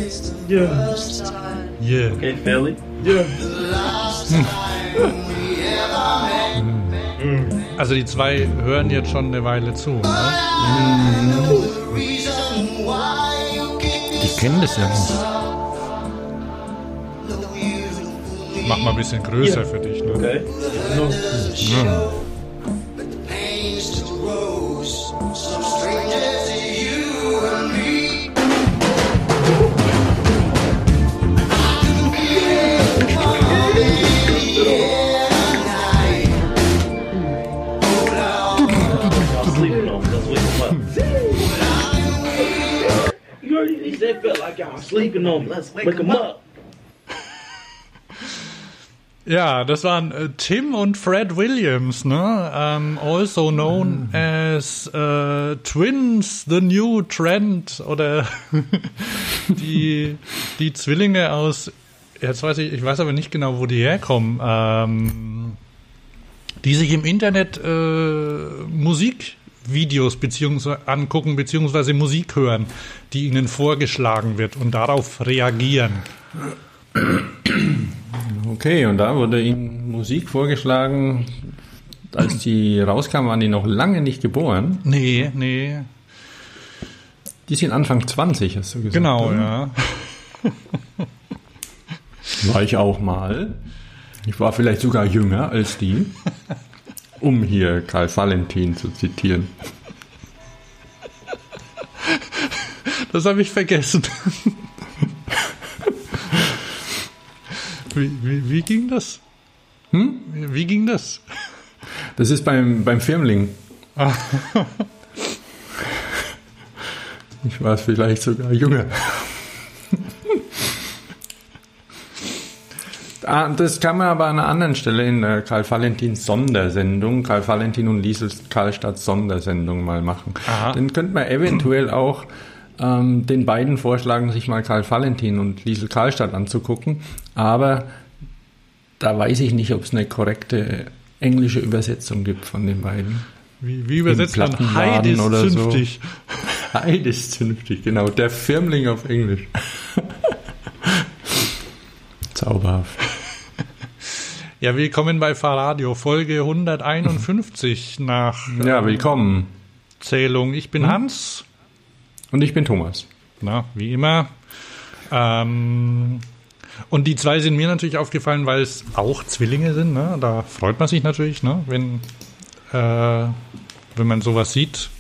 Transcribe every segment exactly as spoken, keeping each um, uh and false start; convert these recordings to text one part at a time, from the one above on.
Yeah. Yeah. Okay, Fairly? Yeah. Also die zwei hören jetzt schon eine Weile zu, ne? Die kennen das ja nicht. Ich mach mal ein bisschen größer für dich, ne? Okay. No. Ja. Sleeping on. Let's wake him up. You already he said felt like y'all sleeping on. Let's wake him up. Ja, das waren äh, Tim und Fred Williams, ne? Um, also known as äh, Twins, the New Trend, oder die, die Zwillinge aus, jetzt weiß ich, ich weiß aber nicht genau, wo die herkommen, ähm, die sich im Internet äh, Musikvideos beziehungsweise angucken, beziehungsweise Musik hören, die ihnen vorgeschlagen wird und darauf reagieren. Okay, und da wurde Ihnen Musik vorgeschlagen, als die rauskam, waren die noch lange nicht geboren. Nee, nee. Die sind Anfang zwanzig, hast du gesagt. Genau, oder? ja. War ich auch mal. Ich war vielleicht sogar jünger als die, um hier Karl Valentin zu zitieren. Das habe ich vergessen. Wie, wie, wie ging das? Hm? Wie, wie ging das? Das ist beim, beim Firmling. Ich war vielleicht sogar jünger. Ah, das kann man aber an einer anderen Stelle in der Karl Valentin Sondersendung, Karl Valentin und Liesel Karlstadt Sondersendung mal machen. Aha. Dann könnte man eventuell auch ähm, den beiden vorschlagen, sich mal Karl Valentin und Liesel Karlstadt anzugucken. Aber da weiß ich nicht, ob es eine korrekte englische Übersetzung gibt von den beiden. Wie, wie übersetzt man Plattenladen Heid ist oder so. zünftig? Heid ist zünftig, genau. Der Firmling auf Englisch. Zauberhaft. Ja, willkommen bei Fahrradio, Folge hunderteinundfünfzig nach Ja, willkommen. Zählung. Ich bin Hm? Hans. Und ich bin Thomas. Na, wie immer. Ähm, und die zwei sind mir natürlich aufgefallen, weil es auch Zwillinge sind. Ne? Da freut man sich natürlich, ne? wenn, äh, wenn man sowas sieht.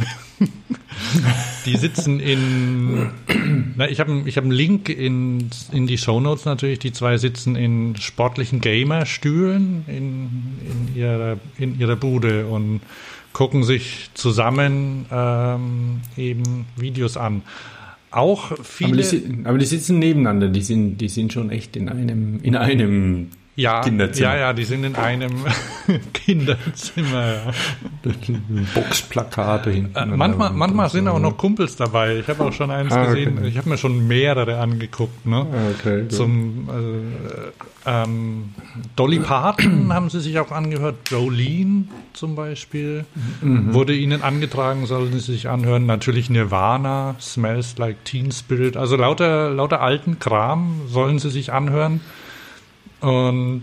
Die sitzen in, na, ich habe ich hab einen Link in, in die Shownotes natürlich. Die zwei sitzen in sportlichen Gamer-Stühlen in, in, ihrer, in ihrer Bude und gucken sich zusammen ähm, eben Videos an. Auch viele. Aber die, si- aber die sitzen nebeneinander, die sind, die sind schon echt in einem, in einem ja, Kinderzimmer. Ja, ja, die sind in einem Kinderzimmer. Ja. Boxplakate hinten. Äh, manchmal und manchmal so. sind auch noch Kumpels dabei. Ich habe auch schon eins Ah, okay. gesehen. Ich habe mir schon mehrere angeguckt. Ne? Okay, gut. Zum äh, ähm, Dolly Parton haben sie sich auch angehört. Jolene zum Beispiel Mhm. wurde ihnen angetragen, sollen sie sich anhören. Natürlich Nirvana, Smells Like Teen Spirit. Also lauter lauter alten Kram sollen sie sich anhören. Und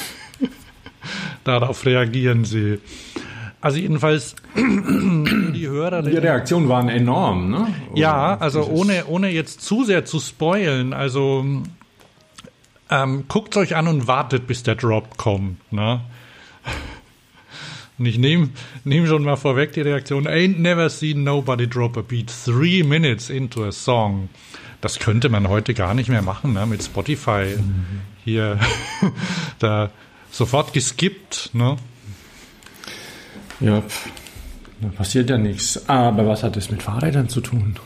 darauf reagieren sie. Also jedenfalls die Hörerinnen. Die Reaktionen waren enorm, ne? Ja, Oder also dieses- ohne, ohne jetzt zu sehr zu spoilen, also ähm, guckt euch an und wartet, bis der Drop kommt. Ne? Und ich nehme nehm schon mal vorweg die Reaktion. Ain't never seen nobody drop a beat three minutes into a song. Das könnte man heute gar nicht mehr machen, ne? Mit Spotify. Mhm. Hier, da sofort geskippt. Ne? Ja, pff, da passiert ja nichts. Aber was hat das mit Fahrrädern zu tun?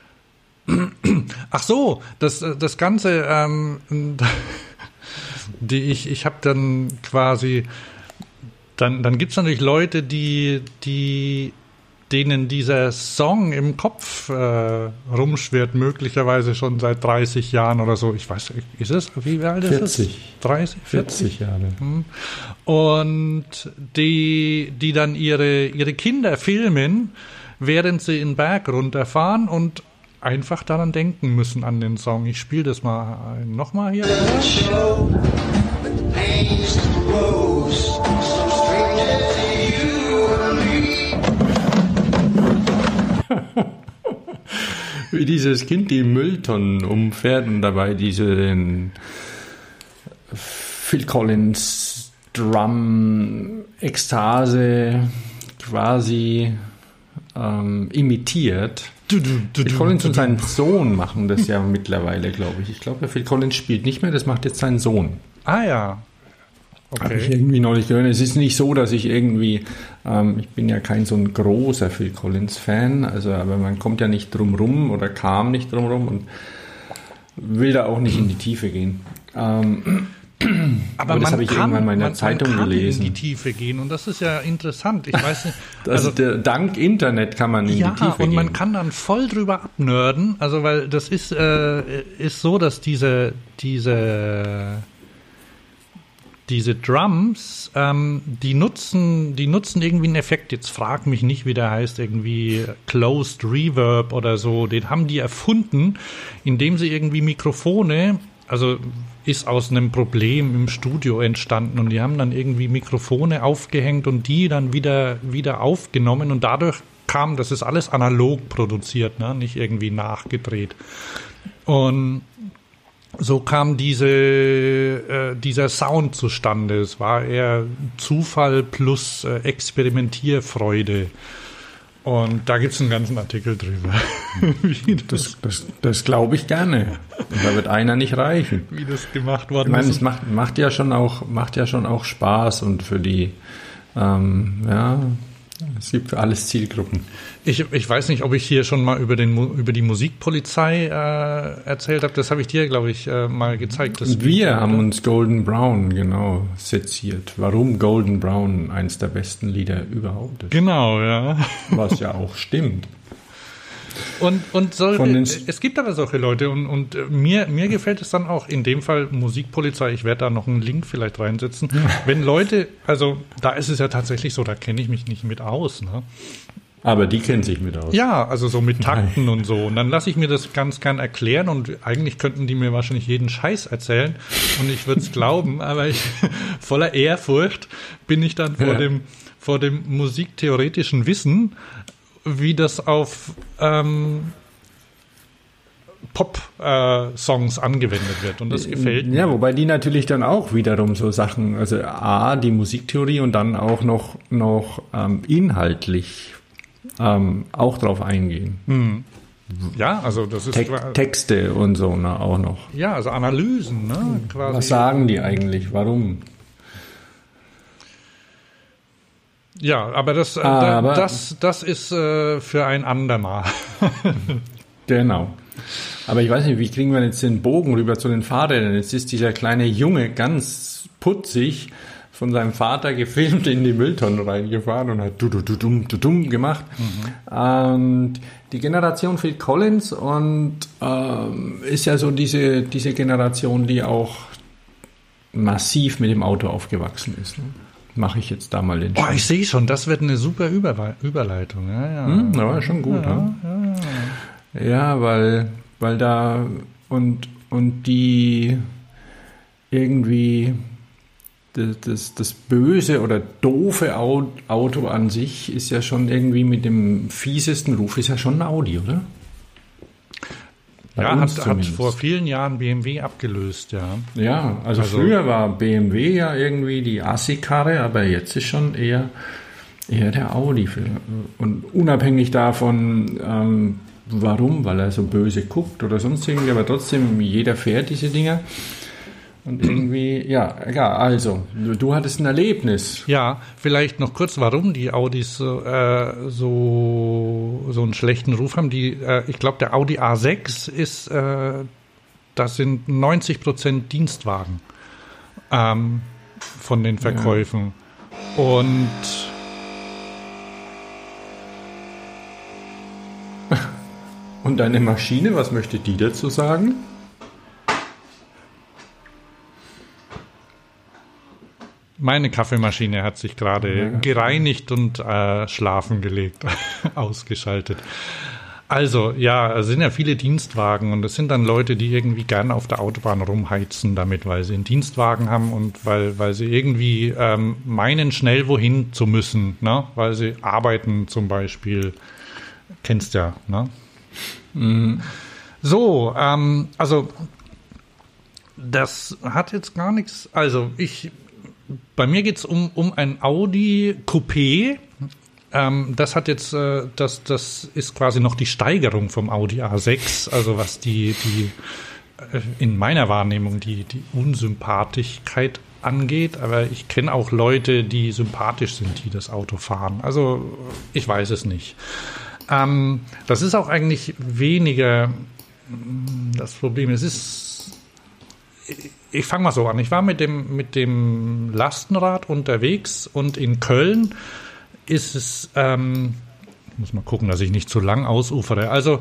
Ach so, das, das Ganze, ähm, die ich, ich habe dann quasi, dann, dann gibt es natürlich Leute, die, die, denen dieser Song im Kopf äh, rumschwirrt, möglicherweise schon seit dreißig Jahren oder so. Ich weiß, ist es? Wie alt ist es? vierzig. dreißig, vierzig? vierzig Jahre. Und die, die dann ihre, ihre Kinder filmen, während sie in den Berg runterfahren und einfach daran denken müssen an den Song. Ich spiele das mal nochmal hier. Wie dieses Kind die Mülltonnen umfährt und dabei diese den Phil Collins Drum Ekstase quasi ähm, imitiert. Du, du, du, Phil Collins und sein Sohn machen das ja mittlerweile, glaube ich. Ich glaube, der Phil Collins spielt nicht mehr, das macht jetzt sein Sohn. Ah ja. Okay. Habe ich irgendwie neulich gehört. Es ist nicht so, dass ich irgendwie, ähm, ich bin ja kein so ein großer Phil Collins-Fan, also aber man kommt ja nicht drum rum oder kam nicht drum rum und will da auch nicht in die Tiefe gehen. Ähm, aber, aber das habe ich kann, irgendwann mal in der man, Zeitung man kann gelesen. In die Tiefe gehen und das ist ja interessant. Ich weiß nicht. Also der, dank Internet kann man in ja, die Tiefe gehen. Ja, und man kann dann voll drüber abnörden. Also weil das ist äh, ist so, dass diese diese Diese Drums, ähm, die nutzen, die nutzen irgendwie einen Effekt. Jetzt frag mich nicht, wie der heißt, irgendwie Closed Reverb oder so. Den haben die erfunden, indem sie irgendwie Mikrofone, also ist aus einem Problem im Studio entstanden und die haben dann irgendwie Mikrofone aufgehängt und die dann wieder, wieder aufgenommen und dadurch kam, das ist alles analog produziert, ne? Nicht irgendwie nachgedreht. Und so kam diese, äh, dieser Sound zustande. Es war eher Zufall plus äh, Experimentierfreude. Und da gibt es einen ganzen Artikel drüber. Wie das das, das, das glaube ich gerne. Und da wird einer nicht reichen. Wie das gemacht worden ist. Ich meine, ist. es macht, macht, ja schon auch, macht ja schon auch Spaß und für die, ähm, ja, es gibt für alles Zielgruppen. Ich, ich weiß nicht, ob ich hier schon mal über, den, über die Musikpolizei äh, erzählt habe. Das habe ich dir, glaube ich, äh, mal gezeigt. Das Wir Video, haben oder? uns Golden Brown, genau, seziert. Warum Golden Brown eins der besten Lieder überhaupt ist. Genau, ja. Was ja auch stimmt. Und, und solche, es gibt aber solche Leute und, und mir, mir gefällt es dann auch, in dem Fall Musikpolizei, ich werde da noch einen Link vielleicht reinsetzen, ja. Wenn Leute, also da ist es ja tatsächlich so, da kenne ich mich nicht mit aus, ne? Aber die kennen sich mit aus. Ja, also so mit Takten Nein. und so. Und dann lasse ich mir das ganz gern erklären und eigentlich könnten die mir wahrscheinlich jeden Scheiß erzählen und ich würde es glauben, aber ich, voller Ehrfurcht bin ich dann vor ja. dem, vor dem musiktheoretischen Wissen, wie das auf ähm, Pop-Songs äh, angewendet wird. Und das gefällt mir. Ja, wobei die natürlich dann auch wiederum so Sachen, also A, die Musiktheorie und dann auch noch, noch ähm, inhaltlich ähm, auch drauf eingehen. Mhm. Ja, also das ist... Te- Texte und so, ne, auch noch. Ja, also Analysen, ne, quasi. Was sagen die eigentlich? Warum? Ja, aber das, äh, aber das, das ist äh, für ein andermal. Genau. Aber ich weiß nicht, wie kriegen wir jetzt den Bogen rüber zu den Fahrrädern? Jetzt ist dieser kleine Junge ganz putzig von seinem Vater gefilmt in die Mülltonne reingefahren und hat du du du dum du dum gemacht. Mhm. Und die Generation Phil Collins und ähm, ist ja so diese diese Generation, die auch massiv mit dem Auto aufgewachsen ist. Ne? Mache ich jetzt da mal den Oh, ich sehe schon, das wird eine super Überle- Überleitung. Ja, ja. Hm, das war schon gut. Ja, ja. Ja. ja weil, weil da und, und die irgendwie das, das, das böse oder doofe Auto an sich ist ja schon irgendwie mit dem fiesesten Ruf, ist ja schon ein Audi, oder? Bei ja, hat, hat vor vielen Jahren B M W abgelöst, ja. Ja, also, also früher war B M W ja irgendwie die Assi-Karre, aber jetzt ist schon eher, eher der Audi. Für, und unabhängig davon, ähm, warum, weil er so böse guckt oder sonst irgendwie, aber trotzdem, jeder fährt diese Dinger. Und irgendwie, ja, egal, also, du, du hattest ein Erlebnis. Ja, vielleicht noch kurz, warum die Audis äh, so, so einen schlechten Ruf haben. Die, äh, ich glaube, der Audi A sechs ist, äh, das sind neunzig Prozent Dienstwagen ähm, von den Verkäufen. Ja. Und Und deine Maschine, was möchte die dazu sagen? Meine Kaffeemaschine hat sich gerade ja. gereinigt und äh, schlafen gelegt, ausgeschaltet. Also, ja, es sind ja viele Dienstwagen und es sind dann Leute, die irgendwie gerne auf der Autobahn rumheizen damit, weil sie einen Dienstwagen haben und weil, weil sie irgendwie ähm, meinen, schnell wohin zu müssen, ne? Weil sie arbeiten zum Beispiel. Kennst ja, ne? Mhm. So, ähm, also das hat jetzt gar nichts, also ich, bei mir geht es um, um ein Audi Coupé. Ähm, das hat jetzt, äh, das, das ist quasi noch die Steigerung vom Audi A sechs, also was die, die äh, in meiner Wahrnehmung die, die Unsympathischkeit angeht, aber ich kenne auch Leute, die sympathisch sind, die das Auto fahren. Also ich weiß es nicht. Ähm, das ist auch eigentlich weniger das Problem. Es ist, ich, ich fange mal so an. Ich war mit dem, mit dem Lastenrad unterwegs und in Köln ist es, ähm, ich muss mal gucken, dass ich nicht zu lang ausufere. Also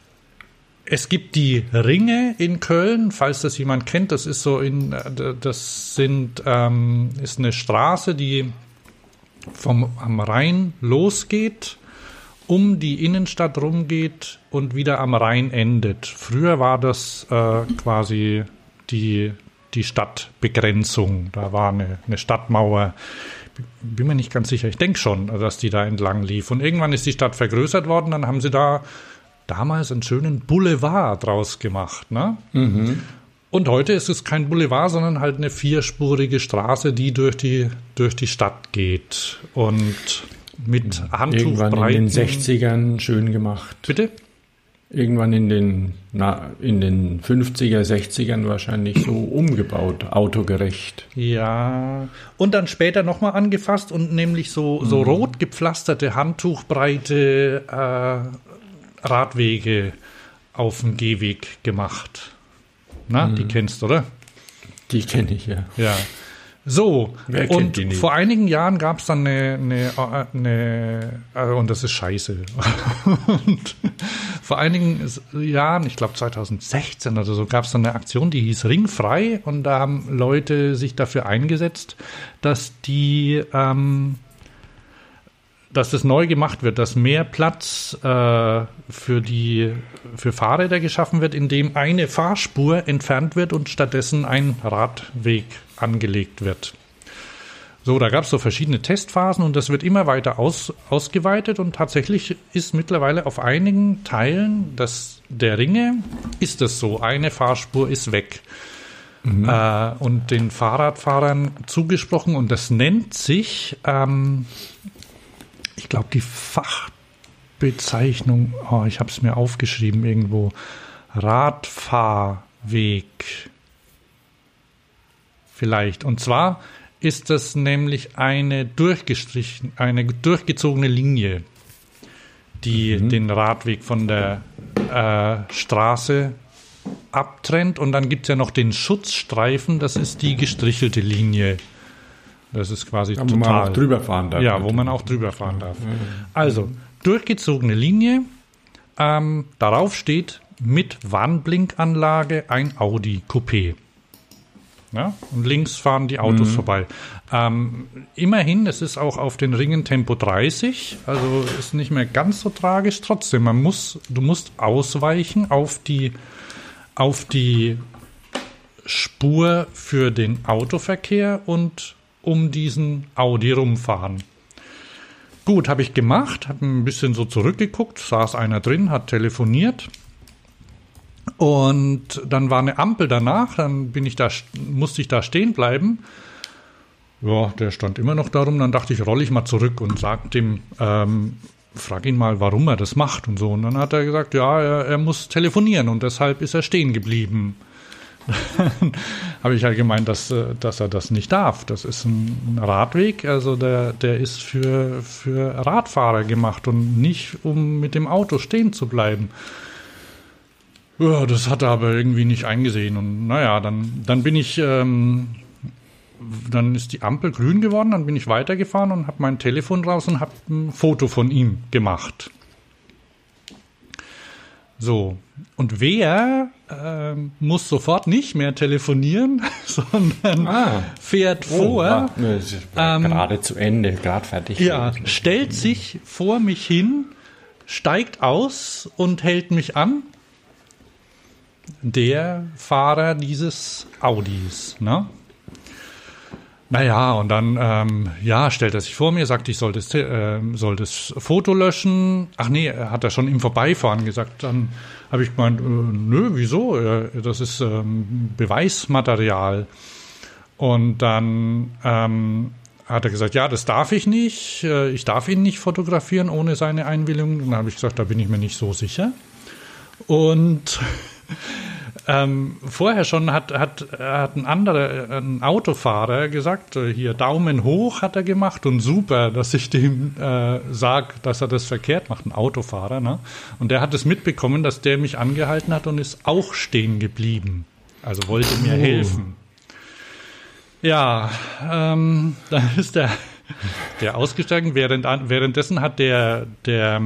es gibt die Ringe in Köln, falls das jemand kennt. Das ist so in, das sind, ähm, ist eine Straße, die vom am Rhein losgeht, um die Innenstadt rumgeht und wieder am Rhein endet. Früher war das äh, quasi die, die Stadtbegrenzung. Da war eine, eine Stadtmauer. Bin mir nicht ganz sicher. Ich denke schon, dass die da entlang lief. Und irgendwann ist die Stadt vergrößert worden. Dann haben sie da damals einen schönen Boulevard draus gemacht. Ne? Mhm. Und heute ist es kein Boulevard, sondern halt eine vierspurige Straße, die durch die, durch die Stadt geht. Und mit Handtuchbreiten. Irgendwann in den sechzigern schön gemacht. Bitte? Irgendwann in den, na, in den fünfziger, sechzigern wahrscheinlich so umgebaut, autogerecht. Ja, und dann später nochmal angefasst und nämlich so, so mhm. rot gepflasterte, handtuchbreite äh, Radwege auf dem Gehweg gemacht. Na, mhm. die kennst du, oder? Die kenne ich, ja. Ja. So, Wer kennt und die nicht? Vor einigen Jahren gab es dann eine, eine, eine also, und das ist scheiße. Und vor einigen Jahren, ich glaube zweitausendsechzehn oder so, gab es dann eine Aktion, die hieß Ringfrei, und da haben Leute sich dafür eingesetzt, dass die, ähm, dass das neu gemacht wird, dass mehr Platz äh, für die für Fahrräder geschaffen wird, indem eine Fahrspur entfernt wird und stattdessen ein Radweg angelegt wird. So, da gab es so verschiedene Testphasen und das wird immer weiter aus, ausgeweitet, und tatsächlich ist mittlerweile auf einigen Teilen des, der Ringe ist es so, eine Fahrspur ist weg. Mhm. Äh, und den Fahrradfahrern zugesprochen, und das nennt sich ähm, ich glaube, die Fachbezeichnung, oh, ich habe es mir aufgeschrieben irgendwo, Radfahrweg vielleicht. Und zwar ist das nämlich eine durchgestrichen, eine durchgezogene Linie, die mhm. den Radweg von der äh, Straße abtrennt. Und dann gibt es ja noch den Schutzstreifen, das ist die gestrichelte Linie. Das ist quasi ja, total. Wo man auch drüber fahren darf. Ja, wo man auch drüber fahren darf. Also, durchgezogene Linie. Ähm, darauf steht mit Warnblinkanlage ein Audi Coupé. Ja, und links fahren die Autos mhm. vorbei. Ähm, immerhin, es ist auch auf den Ringen Tempo dreißig, also ist nicht mehr ganz so tragisch. Trotzdem, man muss, du musst ausweichen auf die, auf die Spur für den Autoverkehr und um diesen Audi rumfahren. Gut, habe ich gemacht, habe ein bisschen so zurückgeguckt, saß einer drin, hat telefoniert, und dann war eine Ampel danach, dann bin ich da, musste ich da stehen bleiben. Ja, der stand immer noch darum, dann dachte ich, rolle ich mal zurück und sag dem, ähm, frag ihn mal, warum er das macht und so. Und dann hat er gesagt, ja, er, er muss telefonieren und deshalb ist er stehen geblieben. Dann habe ich halt gemeint, dass, dass er das nicht darf. Das ist ein Radweg, also der, der ist für, für Radfahrer gemacht und nicht, um mit dem Auto stehen zu bleiben. Ja, das hat er aber irgendwie nicht eingesehen. Und naja, dann, dann bin ich, ähm, dann ist die Ampel grün geworden, dann bin ich weitergefahren und habe mein Telefon raus und habe ein Foto von ihm gemacht. So, und wer äh, muss sofort nicht mehr telefonieren, sondern ah. fährt oh, vor. Ah, ähm, gerade zu Ende, gerade fertig. Ja, stellt sich vor mich hin, steigt aus und hält mich an. Der Fahrer dieses Audis, ne? Naja, und dann ähm, ja, stellt er sich vor mir, sagt, ich soll das, äh, soll das Foto löschen. Ach nee, hat er schon im Vorbeifahren gesagt. Dann habe ich gemeint, äh, nö, wieso? Äh, das ist ähm, Beweismaterial. Und dann ähm, hat er gesagt, ja, das darf ich nicht. Äh, ich darf ihn nicht fotografieren ohne seine Einwilligung. Dann habe ich gesagt, da bin ich mir nicht so sicher. Und Ähm, vorher schon hat, hat, hat ein anderer, ein Autofahrer gesagt, hier Daumen hoch hat er gemacht und super, dass ich dem äh, sage, dass er das verkehrt macht, ein Autofahrer. Ne? Und der hat es mitbekommen, dass der mich angehalten hat und ist auch stehen geblieben. Also wollte mir oh. helfen. Ja, ähm, dann ist der, der ausgestiegen. Während, währenddessen hat der, der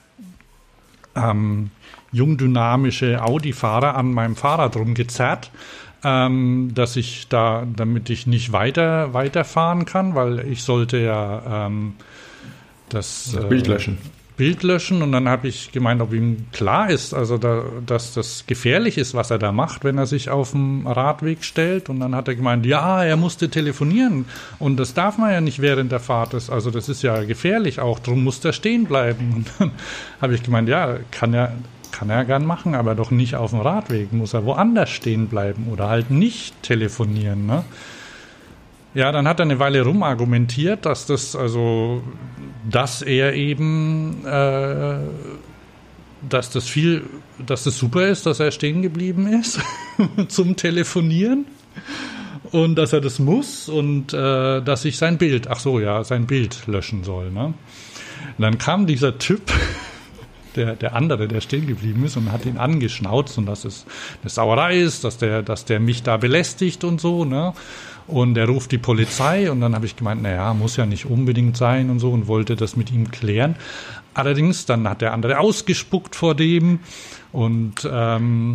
ähm, jung dynamische Audi-Fahrer an meinem Fahrrad rumgezerrt, ähm, dass ich da, damit ich nicht weiter weiterfahren kann, weil ich sollte ja ähm, das äh, Bild löschen. Bild löschen und dann habe ich gemeint, ob ihm klar ist, also da, dass das gefährlich ist, was er da macht, wenn er sich auf dem Radweg stellt. Und dann hat er gemeint, ja, er musste telefonieren und das darf man ja nicht während der Fahrt. Das, also das ist ja gefährlich auch, darum muss er stehen bleiben. Und dann habe ich gemeint, ja, kann er Kann er gern machen, aber doch nicht auf dem Radweg. Muss er woanders stehen bleiben oder halt nicht telefonieren. Ne? Ja, dann hat er eine Weile rumargumentiert, dass das also, dass er eben, äh, dass das viel, dass das super ist, dass er stehen geblieben ist zum Telefonieren und dass er das muss und äh, dass ich sein Bild, ach so, ja, sein Bild löschen soll. Ne? Und dann kam dieser Typ. Der, der andere, der stehen geblieben ist und hat ihn angeschnauzt und dass es eine Sauerei ist, dass der, dass der mich da belästigt und so, ne? Und er ruft die Polizei und dann habe ich gemeint, naja, muss ja nicht unbedingt sein und so und wollte das mit ihm klären. Allerdings, dann hat der andere ausgespuckt vor dem und ähm,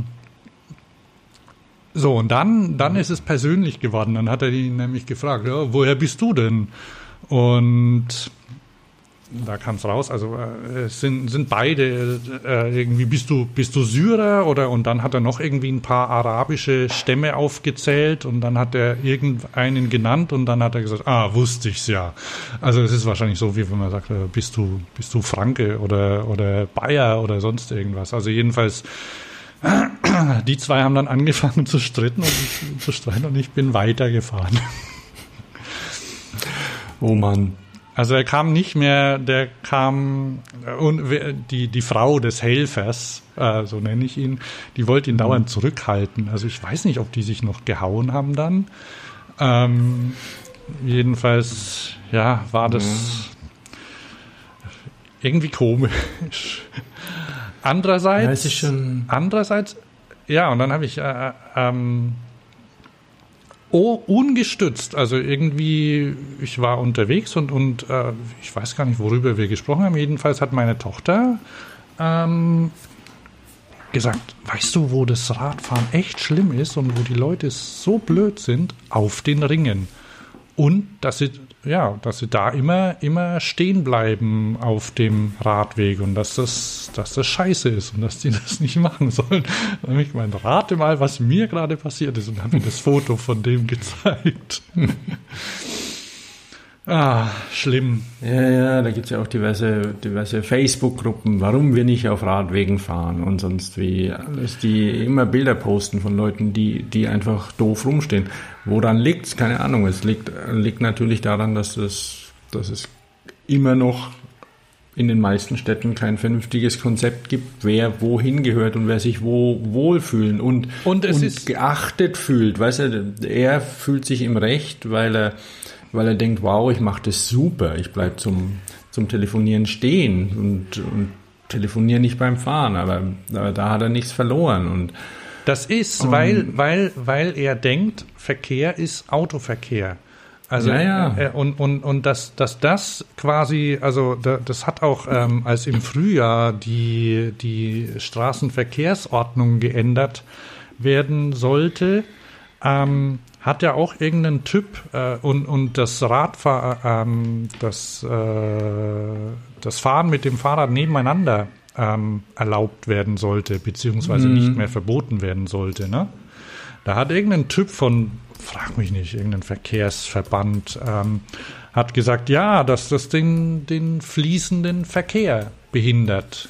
so, und dann, dann ist es persönlich geworden. Dann hat er ihn nämlich gefragt, ja, woher bist du denn? Und da kam es raus, also äh, sind, sind beide äh, irgendwie, bist du, bist du Syrer oder, und dann hat er noch irgendwie ein paar arabische Stämme aufgezählt und dann hat er irgendeinen genannt und dann hat er gesagt, ah, wusste ich's ja. Also es ist wahrscheinlich so, wie wenn man sagt, äh, bist du, bist du Franke oder, oder Bayer oder sonst irgendwas. Also jedenfalls, äh, die zwei haben dann angefangen zu streiten und ich, zu streiten und ich bin weitergefahren. Oh Mann. Also er kam nicht mehr, der kam, und die, die Frau des Helfers, äh, so nenne ich ihn, die wollte ihn dauernd zurückhalten. Also ich weiß nicht, ob die sich noch gehauen haben dann. Ähm, jedenfalls, ja, war das ja. irgendwie komisch. Andererseits, ja, es ist schon andererseits, ja, und dann habe ich äh, ähm, Oh, ungestützt, also irgendwie, ich war unterwegs und, und äh, ich weiß gar nicht, worüber wir gesprochen haben. Jedenfalls hat meine Tochter ähm, gesagt, weißt du, wo das Radfahren echt schlimm ist und wo die Leute so blöd sind? Auf den Ringen. Und dass sie, ja, dass sie da immer, immer stehen bleiben auf dem Radweg und dass das, dass das scheiße ist und dass die das nicht machen sollen. Dann habe ich gemeint, rate mal, was mir gerade passiert ist und habe mir das Foto von dem gezeigt. Ah, schlimm. Ja, ja, da gibt es ja auch diverse, diverse Facebook-Gruppen, warum wir nicht auf Radwegen fahren und sonst wie. Alles, die immer Bilder posten von Leuten, die, die einfach doof rumstehen. Woran liegt es? Keine Ahnung. Es liegt, liegt natürlich daran, dass es, dass es immer noch in den meisten Städten kein vernünftiges Konzept gibt, wer wohin gehört und wer sich wo wohlfühlen und, und, es und ist geachtet fühlt. Weißt du, er fühlt sich im Recht, weil er weil er denkt, wow, ich mache das super, ich bleibe zum, zum Telefonieren stehen und, und telefoniere nicht beim Fahren, aber, aber da hat er nichts verloren. Und das ist, um, weil, weil, weil er denkt, Verkehr ist Autoverkehr. Also ja, ja. Äh, und, und, und dass, dass das quasi, also da, das hat auch, ähm, als im Frühjahr die, die Straßenverkehrsordnung geändert werden sollte, ähm, hat ja auch irgendein Typ äh, und, und das Radfahr, ähm, das, äh, das Fahren mit dem Fahrrad nebeneinander ähm, erlaubt werden sollte, beziehungsweise Mhm. nicht mehr verboten werden sollte. Ne? Da hat irgendein Typ von, frag mich nicht, irgendein Verkehrsverband, ähm, hat gesagt, ja, dass das den, den fließenden Verkehr behindert.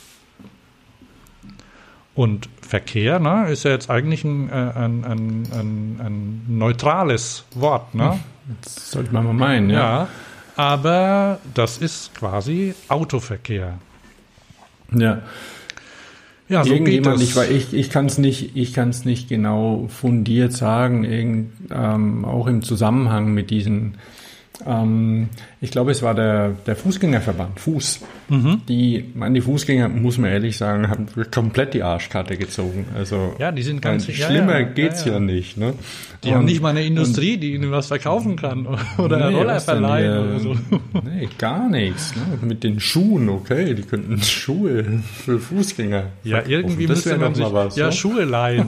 Und Verkehr, ne, ist ja jetzt eigentlich ein, äh, ein, ein, ein, ein neutrales Wort, ne? Das sollte man mal meinen, ja. Ja, aber das ist quasi Autoverkehr. Ja. Ja, so geht Irgendjemand, das. ich, war- ich, ich kann es nicht, ich kann's nicht genau fundiert sagen, irgend, ähm, auch im Zusammenhang mit diesen, ähm, ich glaube, es war der, der Fußgängerverband, Fuß. Mhm. Die, man, die Fußgänger, muss man ehrlich sagen, haben komplett die Arschkarte gezogen. Also, Ja, die sind ganz- nein, ja, schlimmer ja, geht's ja, ja, ja. nicht, ne? Die haben nicht mal eine Industrie, die ihnen was verkaufen kann oder Nee, Roller was denn verleihen hier? oder so. Nee, gar nichts. Ne? Mit den Schuhen, okay, die könnten Schuhe für Fußgänger Ja, verkaufen. irgendwie Das müsste wär man doch sich mal was, ja ne? Schuhe leihen.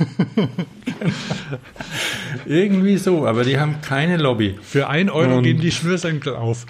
Irgendwie so, aber die haben keine Lobby. Für ein Euro Und- gehen die Schnürsenkel auf.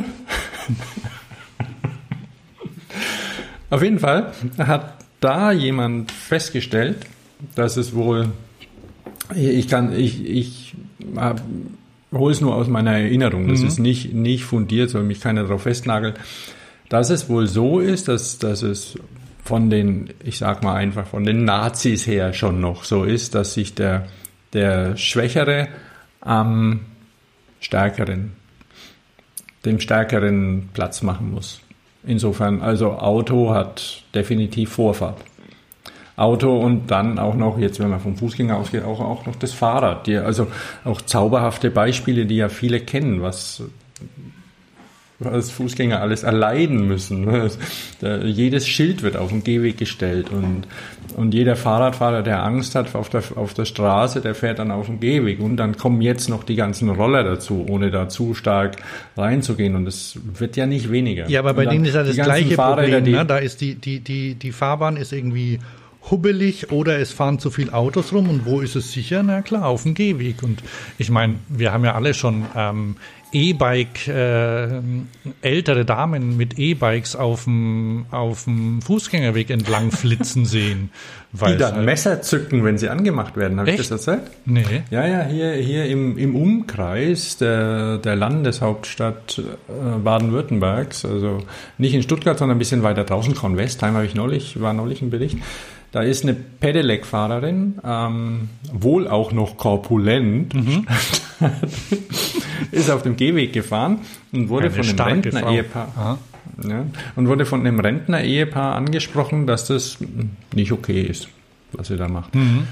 Auf jeden Fall hat da jemand festgestellt, dass es wohl, ich kann, ich, ich hole es nur aus meiner Erinnerung, das Mhm. ist nicht, nicht fundiert, soll mich keiner darauf festnageln, dass es wohl so ist, dass, dass es von den, ich sag mal einfach, von den Nazis her schon noch so ist, dass sich der, der Schwächere am Stärkeren, dem Stärkeren Platz machen muss. Insofern, also Auto hat definitiv Vorfahrt. Auto und dann auch noch, jetzt wenn man vom Fußgänger ausgeht, auch, auch noch das Fahrrad. Die, also auch zauberhafte Beispiele, die ja viele kennen, was, was Fußgänger alles erleiden müssen. Da, jedes Schild wird auf den Gehweg gestellt und, und jeder Fahrradfahrer, der Angst hat auf der, auf der Straße, der fährt dann auf den Gehweg. Und dann kommen jetzt noch die ganzen Roller dazu, ohne da zu stark reinzugehen. Und es wird ja nicht weniger. Ja, aber bei Und dann denen ist ja das die ganzen gleiche Fahrräder, Problem. die- Ne? Da ist die, die, die, die Fahrbahn ist irgendwie hubbelig oder es fahren zu viele Autos rum. Und wo ist es sicher? Na klar, auf dem Gehweg. Und ich meine, wir haben ja alle schon ähm, E-Bike, äh, ältere Damen mit E-Bikes auf dem auf dem Fußgängerweg entlang flitzen sehen. Weil Die es dann halt- Messer zücken, wenn sie angemacht werden. Habe ich Echt? das erzählt? Nee. Ja, ja, hier, hier im, im Umkreis der, der Landeshauptstadt äh, Baden-Württembergs, also nicht in Stuttgart, sondern ein bisschen weiter draußen, Kornwestheim, habe ich neulich, war neulich ein Bericht. Da ist eine Pedelec-Fahrerin, ähm, wohl auch noch korpulent, Mhm. ist auf dem Gehweg gefahren und wurde Eine von einem starke Frau. Rentner-Ehepaar Aha. ja, und wurde von einem Rentner-Ehepaar angesprochen, dass das nicht okay ist, was sie da macht. Mhm.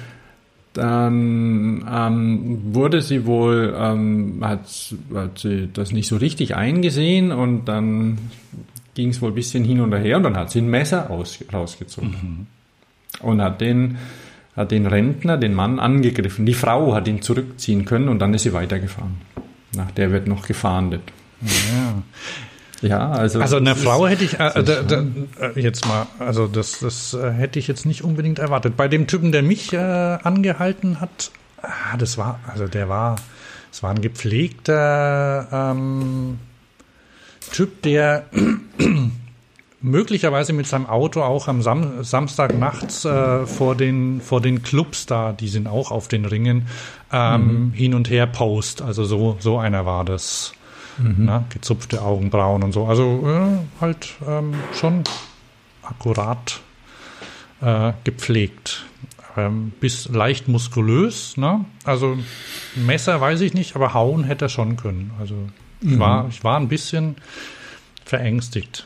Dann ähm, wurde sie wohl, ähm, hat, hat sie das nicht so richtig eingesehen und dann ging es wohl ein bisschen hin und her und dann hat sie ein Messer aus, rausgezogen und hat den, hat den Rentner, den Mann angegriffen. Die Frau hat ihn zurückziehen können und dann ist sie weitergefahren. Nach der wird noch gefahndet. Ja. Ja, also. Also eine das Frau ist- hätte ich äh, da, da, äh, jetzt mal, also das, das äh, hätte ich jetzt nicht unbedingt erwartet. Bei dem Typen, der mich äh, angehalten hat, ah, das war, also der war, es war ein gepflegter ähm, Typ, der möglicherweise mit seinem Auto auch am Sam Samstag nachts äh, vor den vor den Clubs da, die sind auch auf den Ringen, ähm, mhm. hin und her post. Also so so einer war das. Mhm. Na, gezupfte Augenbrauen und so. Also äh, halt ähm, schon akkurat äh, gepflegt. Ähm, bis leicht muskulös. Ne? Also Messer weiß ich nicht, aber hauen hätte er schon können. Also ich, Mhm. war, ich war ein bisschen verängstigt.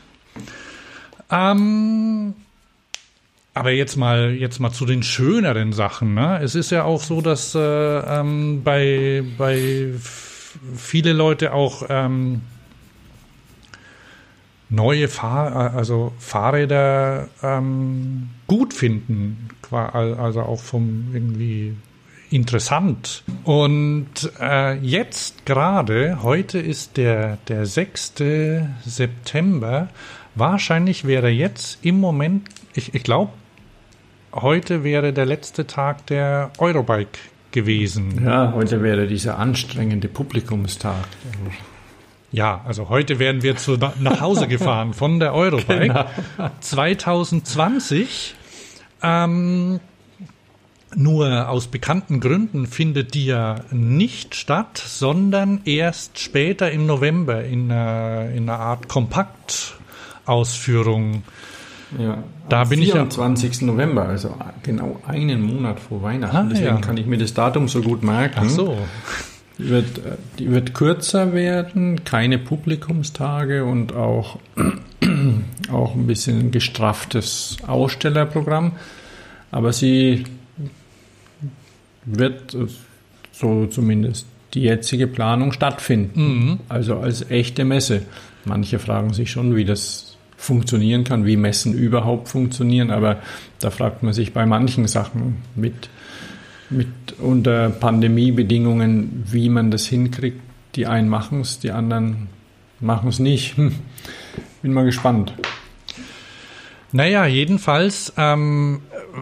Ähm, aber jetzt mal, jetzt mal zu den schöneren Sachen. Ne? Es ist ja auch so, dass äh, ähm, bei, bei viele Leute auch ähm, neue Fahr also Fahrräder ähm, gut finden, also auch vom irgendwie interessant. Und äh, jetzt gerade, heute ist der, der sechste September, wahrscheinlich wäre jetzt im Moment, ich, ich glaube, heute wäre der letzte Tag der Eurobike gewesen. Ja, heute wäre dieser anstrengende Publikumstag. Ja, also heute wären wir zu, nach Hause gefahren von der Eurobike. Genau. zwanzig zwanzig. Ähm, nur aus bekannten Gründen findet die ja nicht statt, sondern erst später im November in einer, in einer Art Kompaktausführung. Ja, da am bin vierundzwanzigsten November, also genau einen Monat vor Weihnachten. Ah, Deswegen ja. kann ich mir das Datum so gut merken. Ach so. Die wird, die wird kürzer werden, keine Publikumstage und auch, auch ein bisschen ein gestrafftes Ausstellerprogramm. Aber sie wird, so zumindest die jetzige Planung, stattfinden. Mhm. Also als echte Messe. Manche fragen sich schon, wie das funktionieren kann, wie Messen überhaupt funktionieren. Aber da fragt man sich bei manchen Sachen mit mit unter Pandemiebedingungen, wie man das hinkriegt. Die einen machen es, die anderen machen es nicht. Hm. Bin mal gespannt. Naja, jedenfalls, ähm,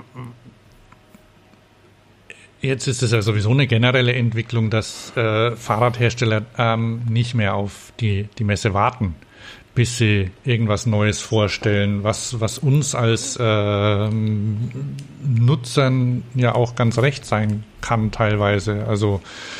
jetzt ist es ja sowieso eine generelle Entwicklung, dass äh, Fahrradhersteller ähm, nicht mehr auf die, die Messe warten, bis sie irgendwas Neues vorstellen, was, was uns als äh, Nutzern ja auch ganz recht sein kann teilweise. Also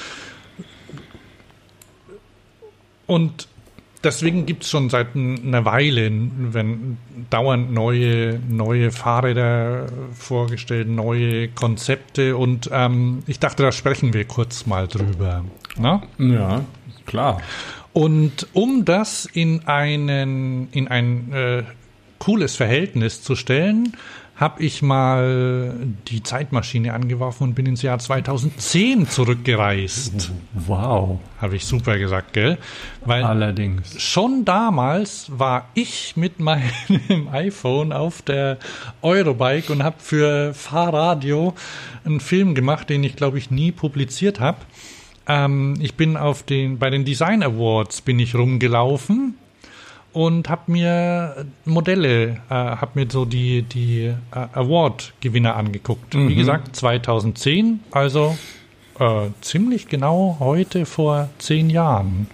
und deswegen gibt es schon seit einer Weile, wenn dauernd neue, neue Fahrräder vorgestellt, neue Konzepte und ähm, ich dachte, da sprechen wir kurz mal drüber. Na? Ja, klar. Und um das in einen in ein äh, cooles Verhältnis zu stellen, habe ich mal die Zeitmaschine angeworfen und bin ins Jahr zweitausendzehn zurückgereist. Wow. Habe ich super gesagt, gell? Weil allerdings. Schon damals war ich mit meinem iPhone auf der Eurobike und habe für Fahrradio einen Film gemacht, den ich, glaube ich, nie publiziert habe. Ähm, ich bin auf den, bei den Design Awards bin ich rumgelaufen und habe mir Modelle, äh, habe mir so die, die äh, Award-Gewinner angeguckt. Mhm. Wie gesagt, zweitausendzehn, also äh, ziemlich genau heute vor zehn Jahren.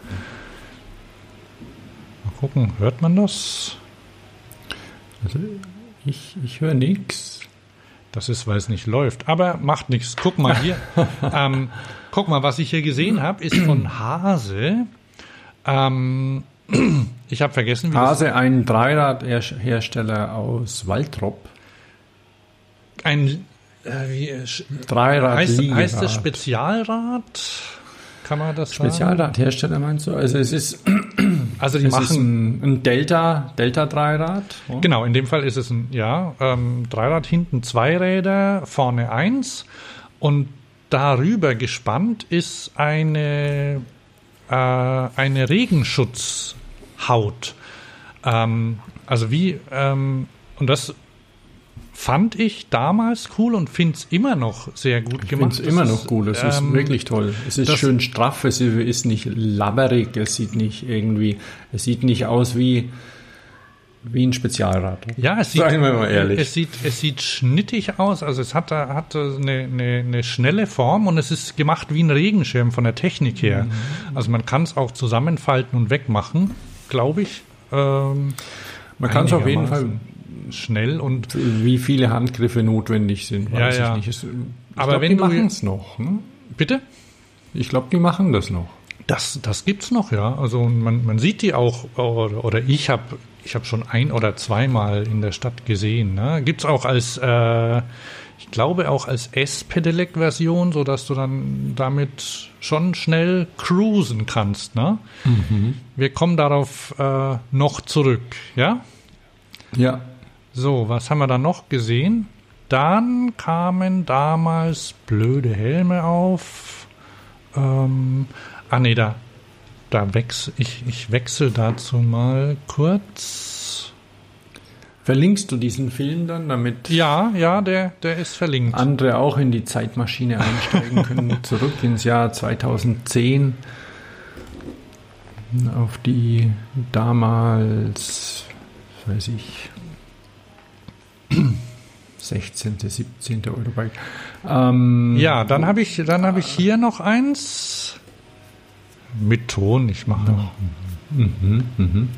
Mal gucken, hört man das? Also ich, ich höre nichts. Das ist, weil es nicht läuft. Aber macht nichts. Guck mal hier. ähm, guck mal, was ich hier gesehen habe, ist von Hase. Ähm, ich habe vergessen, wie Hase, das ein Dreiradhersteller aus Waltrop. Ein äh, wie, äh, Dreirad heißt, heißt das Spezialrad? Kann man das sagen? Spezialradhersteller meinst du? Also es ist, also die es machen ist ein, ein Delta, Delta-Dreirad. Oh. Genau, in dem Fall ist es ein ja, ähm, Dreirad, hinten zwei Räder, vorne eins und darüber gespannt ist eine, äh, eine Regenschutzhaut. Ähm, also wie, ähm, und das fand ich damals cool und finde es immer noch sehr gut ich gemacht. Ich finde es immer noch cool, es ist ähm, wirklich toll. Es ist schön straff, es ist nicht labberig, es sieht nicht irgendwie, es sieht nicht aus wie Wie ein Spezialrad. Ja, es sieht, Sagen wir mal ehrlich. Es sieht, es sieht schnittig aus. Also es hat, hat eine, eine, eine schnelle Form und es ist gemacht wie ein Regenschirm von der Technik her. Mhm. Also man kann es auch zusammenfalten und wegmachen, glaube ich. Ähm, man kann es auf jeden Fall schnell und wie viele Handgriffe notwendig sind, weiß ja, ja. ich nicht. Es, ich Aber glaub, wenn die du machen es noch. Ne? Bitte? Ich glaube, die machen das noch. Das, das gibt's noch, ja. Also man, man sieht die auch, oder, oder ich habe ich hab schon ein- oder zweimal in der Stadt gesehen. Ne? Gibt's auch als, äh, ich glaube auch als S-Pedelec-Version, sodass du dann damit schon schnell cruisen kannst. Ne? Mhm. Wir kommen darauf äh, noch zurück, ja? Ja. So, was haben wir dann noch gesehen? Dann kamen damals blöde Helme auf. Ähm, ah nee, da, da wechsel ich, ich wechsle dazu mal kurz. Verlinkst du diesen Film dann, damit Ja, ja, der, der ist verlinkt. andere auch in die Zeitmaschine einsteigen können, zurück ins Jahr zweitausendzehn, auf die damals, weiß ich, sechzehnte, siebzehnte Eurobike. Ähm, ja, dann habe ich, dann habe ich hier noch eins mit Ton. Ich mache noch. Mhm, mhm.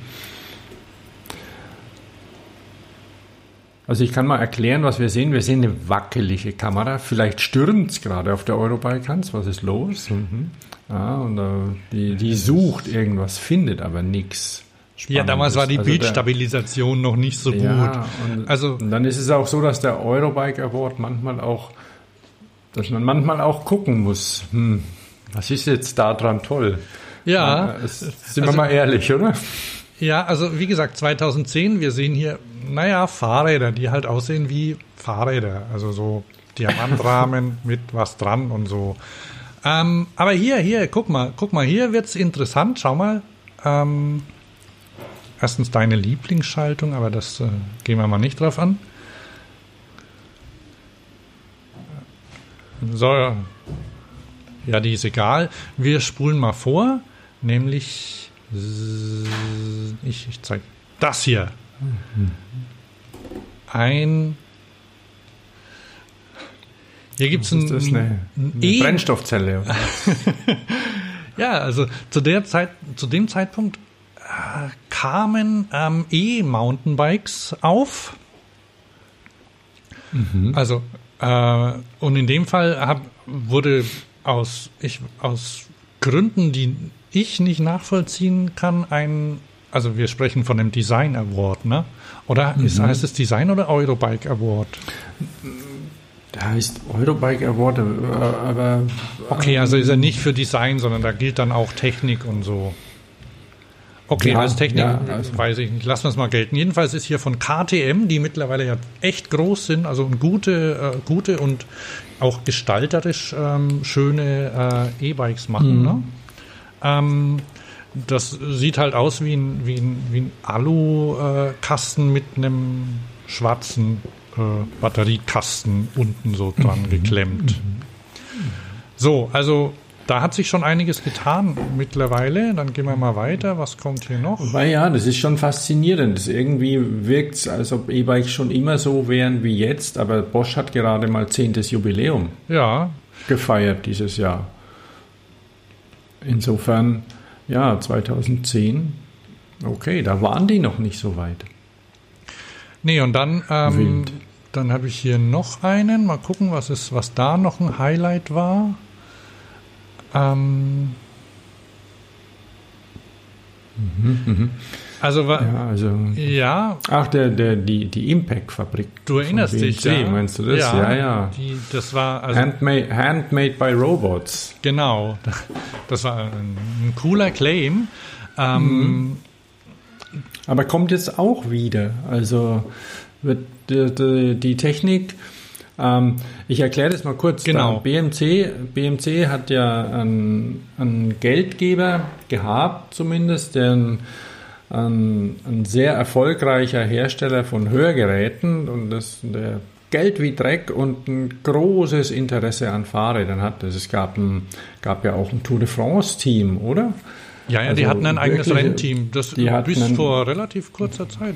Also ich kann mal erklären, was wir sehen. Wir sehen eine wackelige Kamera. Vielleicht stürmt es gerade auf der Eurobike, Hans. Was ist los? Mhm. Ja, und äh, die, die sucht irgendwas, findet aber nichts. Ja, damals war die also Bildstabilisation der, noch nicht so gut. Ja, und, also, und dann ist es auch so, dass der Eurobike Award manchmal auch, dass man manchmal auch gucken muss, hm, was ist jetzt da dran toll? Ja. ja es, sind also, wir mal ehrlich, oder? Ja, also wie gesagt, zweitausendzehn, wir sehen hier, naja, Fahrräder, die halt aussehen wie Fahrräder. Also so Diamantrahmen mit was dran und so. Ähm, aber hier, hier, guck mal, guck mal, hier wird's interessant. Schau mal. Ähm, erstens deine Lieblingsschaltung, aber das äh, gehen wir mal nicht drauf an. So, ja, die ist egal. Wir spulen mal vor, nämlich ich, ich zeige das hier. Ein Hier gibt es ein, eine, eine e- Brennstoffzelle. Ja, also zu der Zeit, zu dem Zeitpunkt äh, kamen ähm, E-Mountainbikes auf. Mhm. Also äh, und in dem Fall hab, wurde aus ich aus Gründen, die ich nicht nachvollziehen kann, ein, also wir sprechen von einem Design Award, ne? Oder mhm. ist, heißt es Design oder Eurobike Award? Da heißt Eurobike Award, aber... Okay, also ist er nicht für Design, sondern da gilt dann auch Technik und so. Okay, ja, als Technik ja, also. weiß ich nicht. Lassen wir es mal gelten. Jedenfalls ist hier von K T M, die mittlerweile ja echt groß sind, also gute, äh, gute und auch gestalterisch ähm, schöne äh, E-Bikes machen, mhm. ne? Ähm, das sieht halt aus wie ein, wie ein, wie ein Alu-Kasten äh, mit einem schwarzen äh, Batteriekasten unten so dran mhm. geklemmt. Mhm. So, also da hat sich schon einiges getan mittlerweile. Dann gehen wir mal weiter. Was kommt hier noch? Weil ja, das ist schon faszinierend. Das irgendwie wirkt es, als ob E-Bikes schon immer so wären wie jetzt, aber Bosch hat gerade mal zehntes Jubiläum ja. gefeiert dieses Jahr. Insofern, ja, zweitausendzehn, okay, da waren die noch nicht so weit. Nee, und dann, ähm, dann habe ich hier noch einen. Mal gucken, was ist, was da noch ein Highlight war. Ähm, mhm, mhm. Also, wa- ja, also ja. Ach, der, der, die, die Impact-Fabrik. Du erinnerst B M C, dich, ja? Meinst du das? Ja, ja. ja. Die, das war also handmade, handmade by Robots. Genau. Das war ein, ein cooler Claim. Ähm, mhm. Aber kommt jetzt auch wieder. Also wird die, die, die Technik. Ähm, ich erkläre das mal kurz. Genau. Da B M C, B M C hat ja einen, einen Geldgeber gehabt, zumindest, der ein, ein, ein sehr erfolgreicher Hersteller von Hörgeräten und das der Geld wie Dreck und ein großes Interesse an Fahrrädern hat. Es gab, ein, gab ja auch ein Tour de France-Team, oder? Ja, ja, also die hatten ein eigenes wirklich, Rennteam. Das bis einen, vor relativ kurzer Zeit.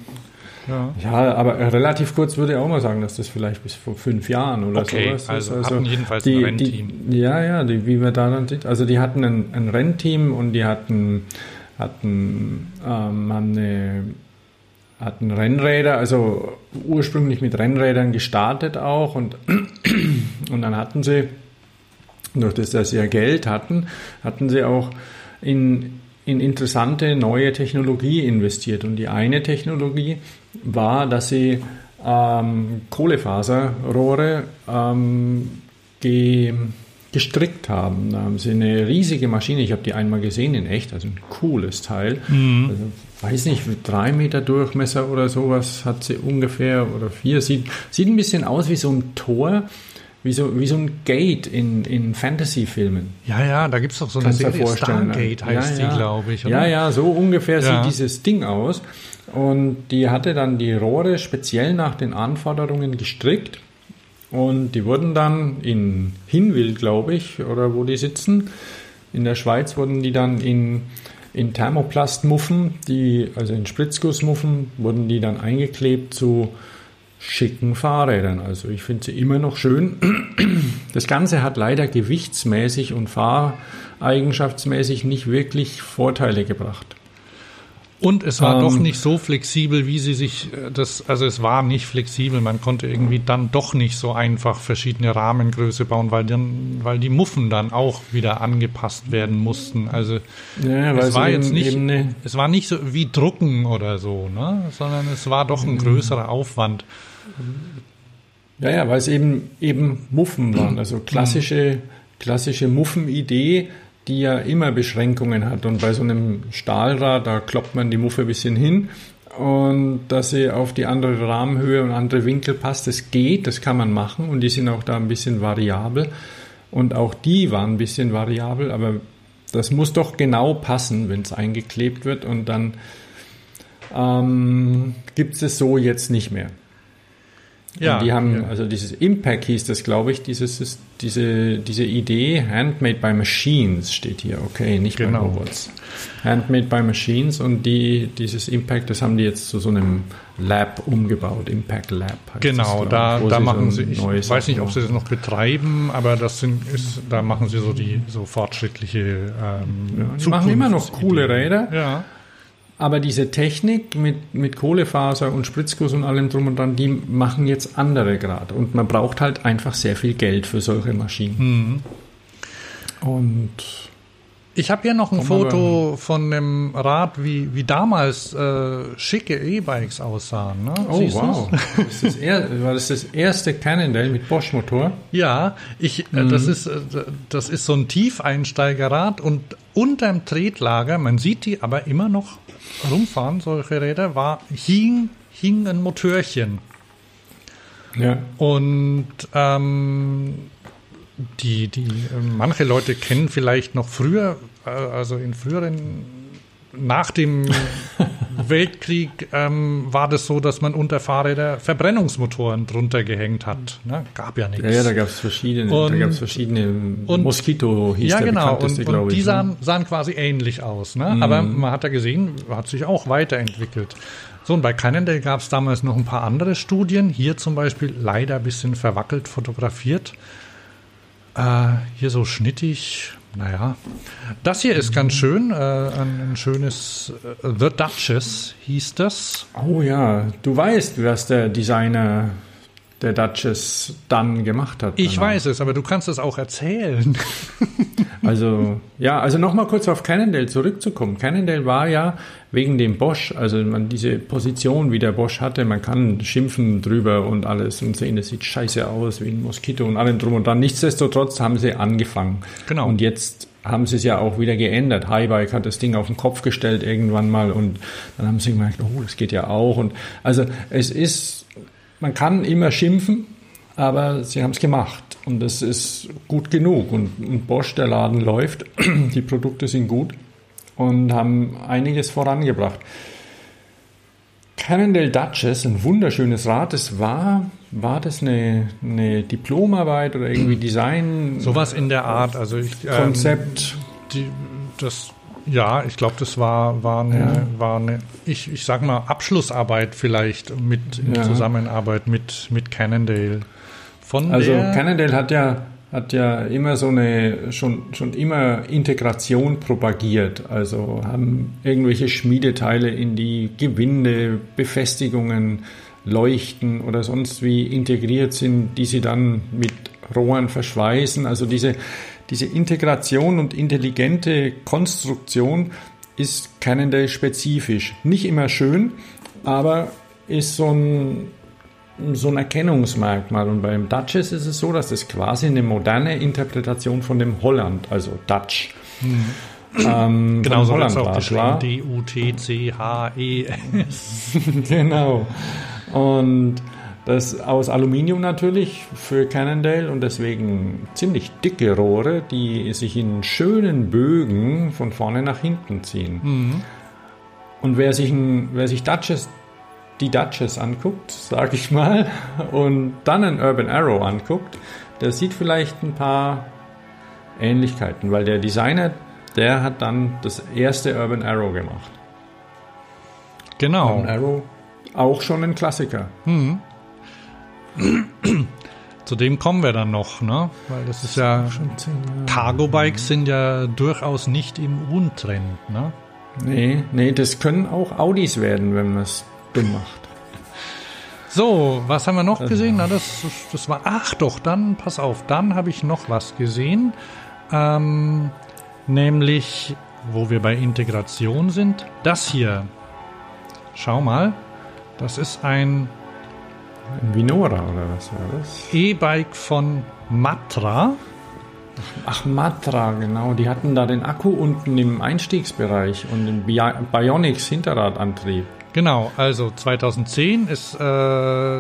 Ja. ja, aber relativ kurz würde ich auch mal sagen, dass das vielleicht bis vor fünf Jahren oder okay, sowas ist. Also, also hatten jedenfalls die, ein Rennteam. Die, ja, ja, die, wie wir da dann sind. Also die hatten ein, ein Rennteam und die hatten, hatten, ähm, haben eine, hatten Rennräder, also ursprünglich mit Rennrädern gestartet auch und, und dann hatten sie, durch das, dass sie ja Geld hatten, hatten sie auch in, in interessante neue Technologie investiert. Und die eine Technologie war, dass sie ähm, Kohlefaserrohre ähm, ge, gestrickt haben. Da haben sie eine riesige Maschine, ich habe die einmal gesehen in echt, also ein cooles Teil. Mhm. Also, weiß nicht, drei Meter Durchmesser oder sowas hat sie ungefähr oder vier. Sieht, sieht ein bisschen aus wie so ein Tor. Wie so, wie so ein Gate in, in Fantasy-Filmen. Ja, ja, da gibt es doch so eine Serie, Stargate heißt ja, ja. die, glaube ich. Oder? Ja, ja, so ungefähr ja. sieht dieses Ding aus. Und die hatte dann die Rohre speziell nach den Anforderungen gestrickt. Und die wurden dann in Hinwil, glaube ich, oder wo die sitzen, in der Schweiz, wurden die dann in, in Thermoplastmuffen, die, also in Spritzgussmuffen, wurden die dann eingeklebt zu schicken Fahrrädern. Also ich finde sie immer noch schön. Das Ganze hat leider gewichtsmäßig und fahreigenschaftsmäßig nicht wirklich Vorteile gebracht. Und es war ähm, doch nicht so flexibel, wie sie sich das, also es war nicht flexibel, man konnte irgendwie dann doch nicht so einfach verschiedene Rahmengröße bauen, weil dann, weil die Muffen dann auch wieder angepasst werden mussten. Also ja, es war eben, jetzt nicht, ne es war nicht so wie Drucken oder so, ne, sondern es war doch ein größerer Aufwand. Ja, ja, weil es eben eben Muffen waren, also klassische klassische Muffenidee, die ja immer Beschränkungen hat. Und bei so einem Stahlrad, da kloppt man die Muffe ein bisschen hin und dass sie auf die andere Rahmenhöhe und andere Winkel passt, das geht, das kann man machen und die sind auch da ein bisschen variabel und auch die waren ein bisschen variabel, aber das muss doch genau passen, wenn es eingeklebt wird und dann ähm, gibt es es so jetzt nicht mehr. Ja, und die haben, ja. also dieses Impact hieß das, glaube ich, dieses, diese, diese Idee, Handmade by Machines steht hier, okay, nicht genau. bei Robots. Handmade by Machines und die, dieses Impact, das haben die jetzt zu so einem Lab umgebaut, Impact Lab. Heißt genau, das, da, ich, da sie machen so sie, ich weiß Sachen nicht, ob sie das noch betreiben, aber das sind, ist, da machen sie so die, so fortschrittliche, ähm, ja, die machen immer noch coole Räder. Ja. Aber diese Technik mit, mit Kohlefaser und Spritzguss und allem drum und dran, die machen jetzt andere gerade. Und man braucht halt einfach sehr viel Geld für solche Maschinen. Mhm. Und ich habe hier noch ein Foto von einem Rad, wie, wie damals äh, schicke E-Bikes aussahen. Ne? Oh, Siehst wow. Das das er, war das das erste Cannondale mit Bosch-Motor? Ja, ich, mhm. äh, das, ist, äh, das ist so ein Tiefeinsteigerrad und unterm Tretlager, man sieht die aber immer noch rumfahren, solche Räder, war, hing, hing ein Motörchen. Ja. Und ähm, die, die, manche Leute kennen vielleicht noch früher, also in früheren, nach dem Weltkrieg ähm, war das so, dass man unter Fahrräder Verbrennungsmotoren drunter gehängt hat. Ne? Gab ja nichts. Ja, ja, da gab es verschiedene, und, da gab's verschiedene und, Moskito hieß ja, der genau. bekannteste, und, und glaube ich. die sahen, ne? sahen quasi ähnlich aus. Ne? Mhm. Aber man hat ja gesehen, hat sich auch weiterentwickelt. So, und bei Cannondale gab es damals noch ein paar andere Studien. Hier zum Beispiel leider ein bisschen verwackelt fotografiert. Äh, hier so schnittig. Naja, das hier ist ganz schön, äh, ein, ein schönes äh, The Duchess hieß das. Oh ja, du weißt, was der Designer der Duchess dann gemacht hat. Ich danach. weiß es, aber du kannst es auch erzählen. Also, ja, also nochmal kurz auf Cannondale zurückzukommen. Cannondale war ja wegen dem Bosch, also man diese Position, wie der Bosch hatte, man kann schimpfen drüber und alles und sehen, das sieht scheiße aus wie ein Moskito und allem drum und dran. Nichtsdestotrotz haben sie angefangen. Genau. Und jetzt haben sie es ja auch wieder geändert. Highbike hat das Ding auf den Kopf gestellt irgendwann mal und dann haben sie gemerkt, oh, das geht ja auch. Und also es ist, man kann immer schimpfen, aber sie haben es gemacht und das ist gut genug. Und, und Bosch, der Laden läuft, die Produkte sind gut und haben einiges vorangebracht. Cannondale Duchess, ein wunderschönes Rad, das war, war das eine, eine Diplomarbeit oder irgendwie Design? Sowas in der Art, also ich, ähm, Konzept. Die, das, ja, ich glaube, das war, war eine, Ja. war eine ich, ich sag mal, Abschlussarbeit vielleicht mit in Ja. Zusammenarbeit mit, mit Cannondale. Von Also der, Cannondale hat ja, hat ja immer so eine, schon, schon immer Integration propagiert. Also haben irgendwelche Schmiedeteile in die Gewinde, Befestigungen, Leuchten oder sonst wie integriert sind, die sie dann mit Rohren verschweißen. Also diese, diese Integration und intelligente Konstruktion ist Cannondale spezifisch. Nicht immer schön, aber ist so ein so ein Erkennungsmerkmal. Und beim Duchess ist es so, dass das quasi eine moderne Interpretation von dem Holland, also Dutch, hm. ähm, genau so Holland auch war. geschrieben, D U T C H E S. Genau. Und das aus Aluminium natürlich für Cannondale und deswegen ziemlich dicke Rohre, die sich in schönen Bögen von vorne nach hinten ziehen. Mhm. Und wer sich, ein, wer sich Duchess die Duchess anguckt, sage ich mal, und dann einen Urban Arrow anguckt, der sieht vielleicht ein paar Ähnlichkeiten, weil der Designer, der hat dann das erste Urban Arrow gemacht. Genau. Urban Arrow, auch schon ein Klassiker. Mhm. Zu dem kommen wir dann noch, ne? Weil das ist ja, Cargo-Bikes sind ja durchaus nicht im Untrend, ne? Nee, nee, das können auch Audis werden, wenn man es dumm macht. So, was haben wir noch gesehen? Na, das, das war, ach doch, dann, pass auf, dann habe ich noch was gesehen, ähm, nämlich, wo wir bei Integration sind, das hier. Schau mal, das ist ein Ein Vinora oder was war das? E-Bike von Matra. Ach, Matra, genau. Die hatten da den Akku unten im Einstiegsbereich und den Bi- Bionics Hinterradantrieb. Genau, also zweitausendzehn ist, äh,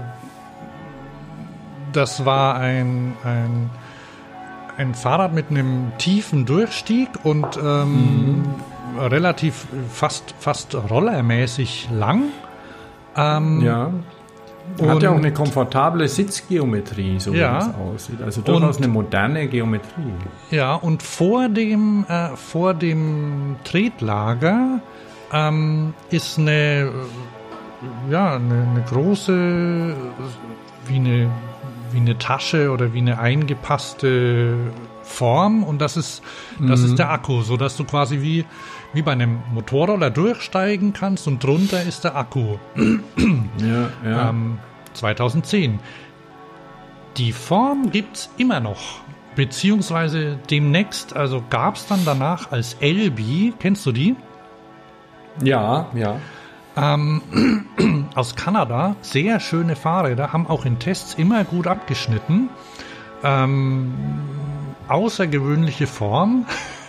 das war ein, ein, ein Fahrrad mit einem tiefen Durchstieg und ähm, mhm. relativ fast, fast rollermäßig lang. Ähm, ja. Hat ja auch eine komfortable Sitzgeometrie, so ja, wie es aussieht. Also durchaus eine moderne Geometrie. Ja, und vor dem, äh, vor dem Tretlager ähm, ist eine, ja, eine, eine große, wie eine, wie eine Tasche oder wie eine eingepasste Form. Und das ist, das mhm. ist der Akku, sodass du quasi wie, wie bei einem Motorroller durchsteigen kannst und drunter ist der Akku. Ja, ja. Ähm, zweitausendzehn. Die Form gibt's immer noch, beziehungsweise demnächst, also gab's dann danach als Elbi, kennst du die? Ja, ja. Ähm, aus Kanada, sehr schöne Fahrräder, haben auch in Tests immer gut abgeschnitten. Ähm, außergewöhnliche Form.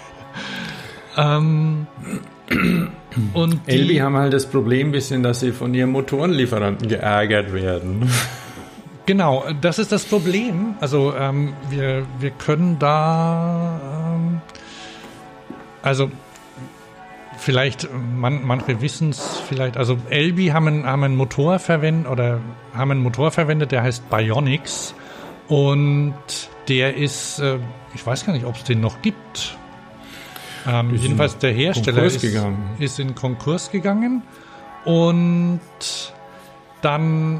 ähm, und Elbi haben halt das Problem ein bisschen, dass sie von ihrem Motorenlieferanten geärgert werden. Genau, das ist das Problem. Also ähm, wir, wir können da, ähm, also vielleicht, man, manche wissen es vielleicht, also Elbi haben einen, haben einen Motor verwendet oder haben einen Motor verwendet, der heißt Bionics und der ist, äh, ich weiß gar nicht, ob es den noch gibt. Ähm, jedenfalls der Hersteller ist, ist in Konkurs gegangen und dann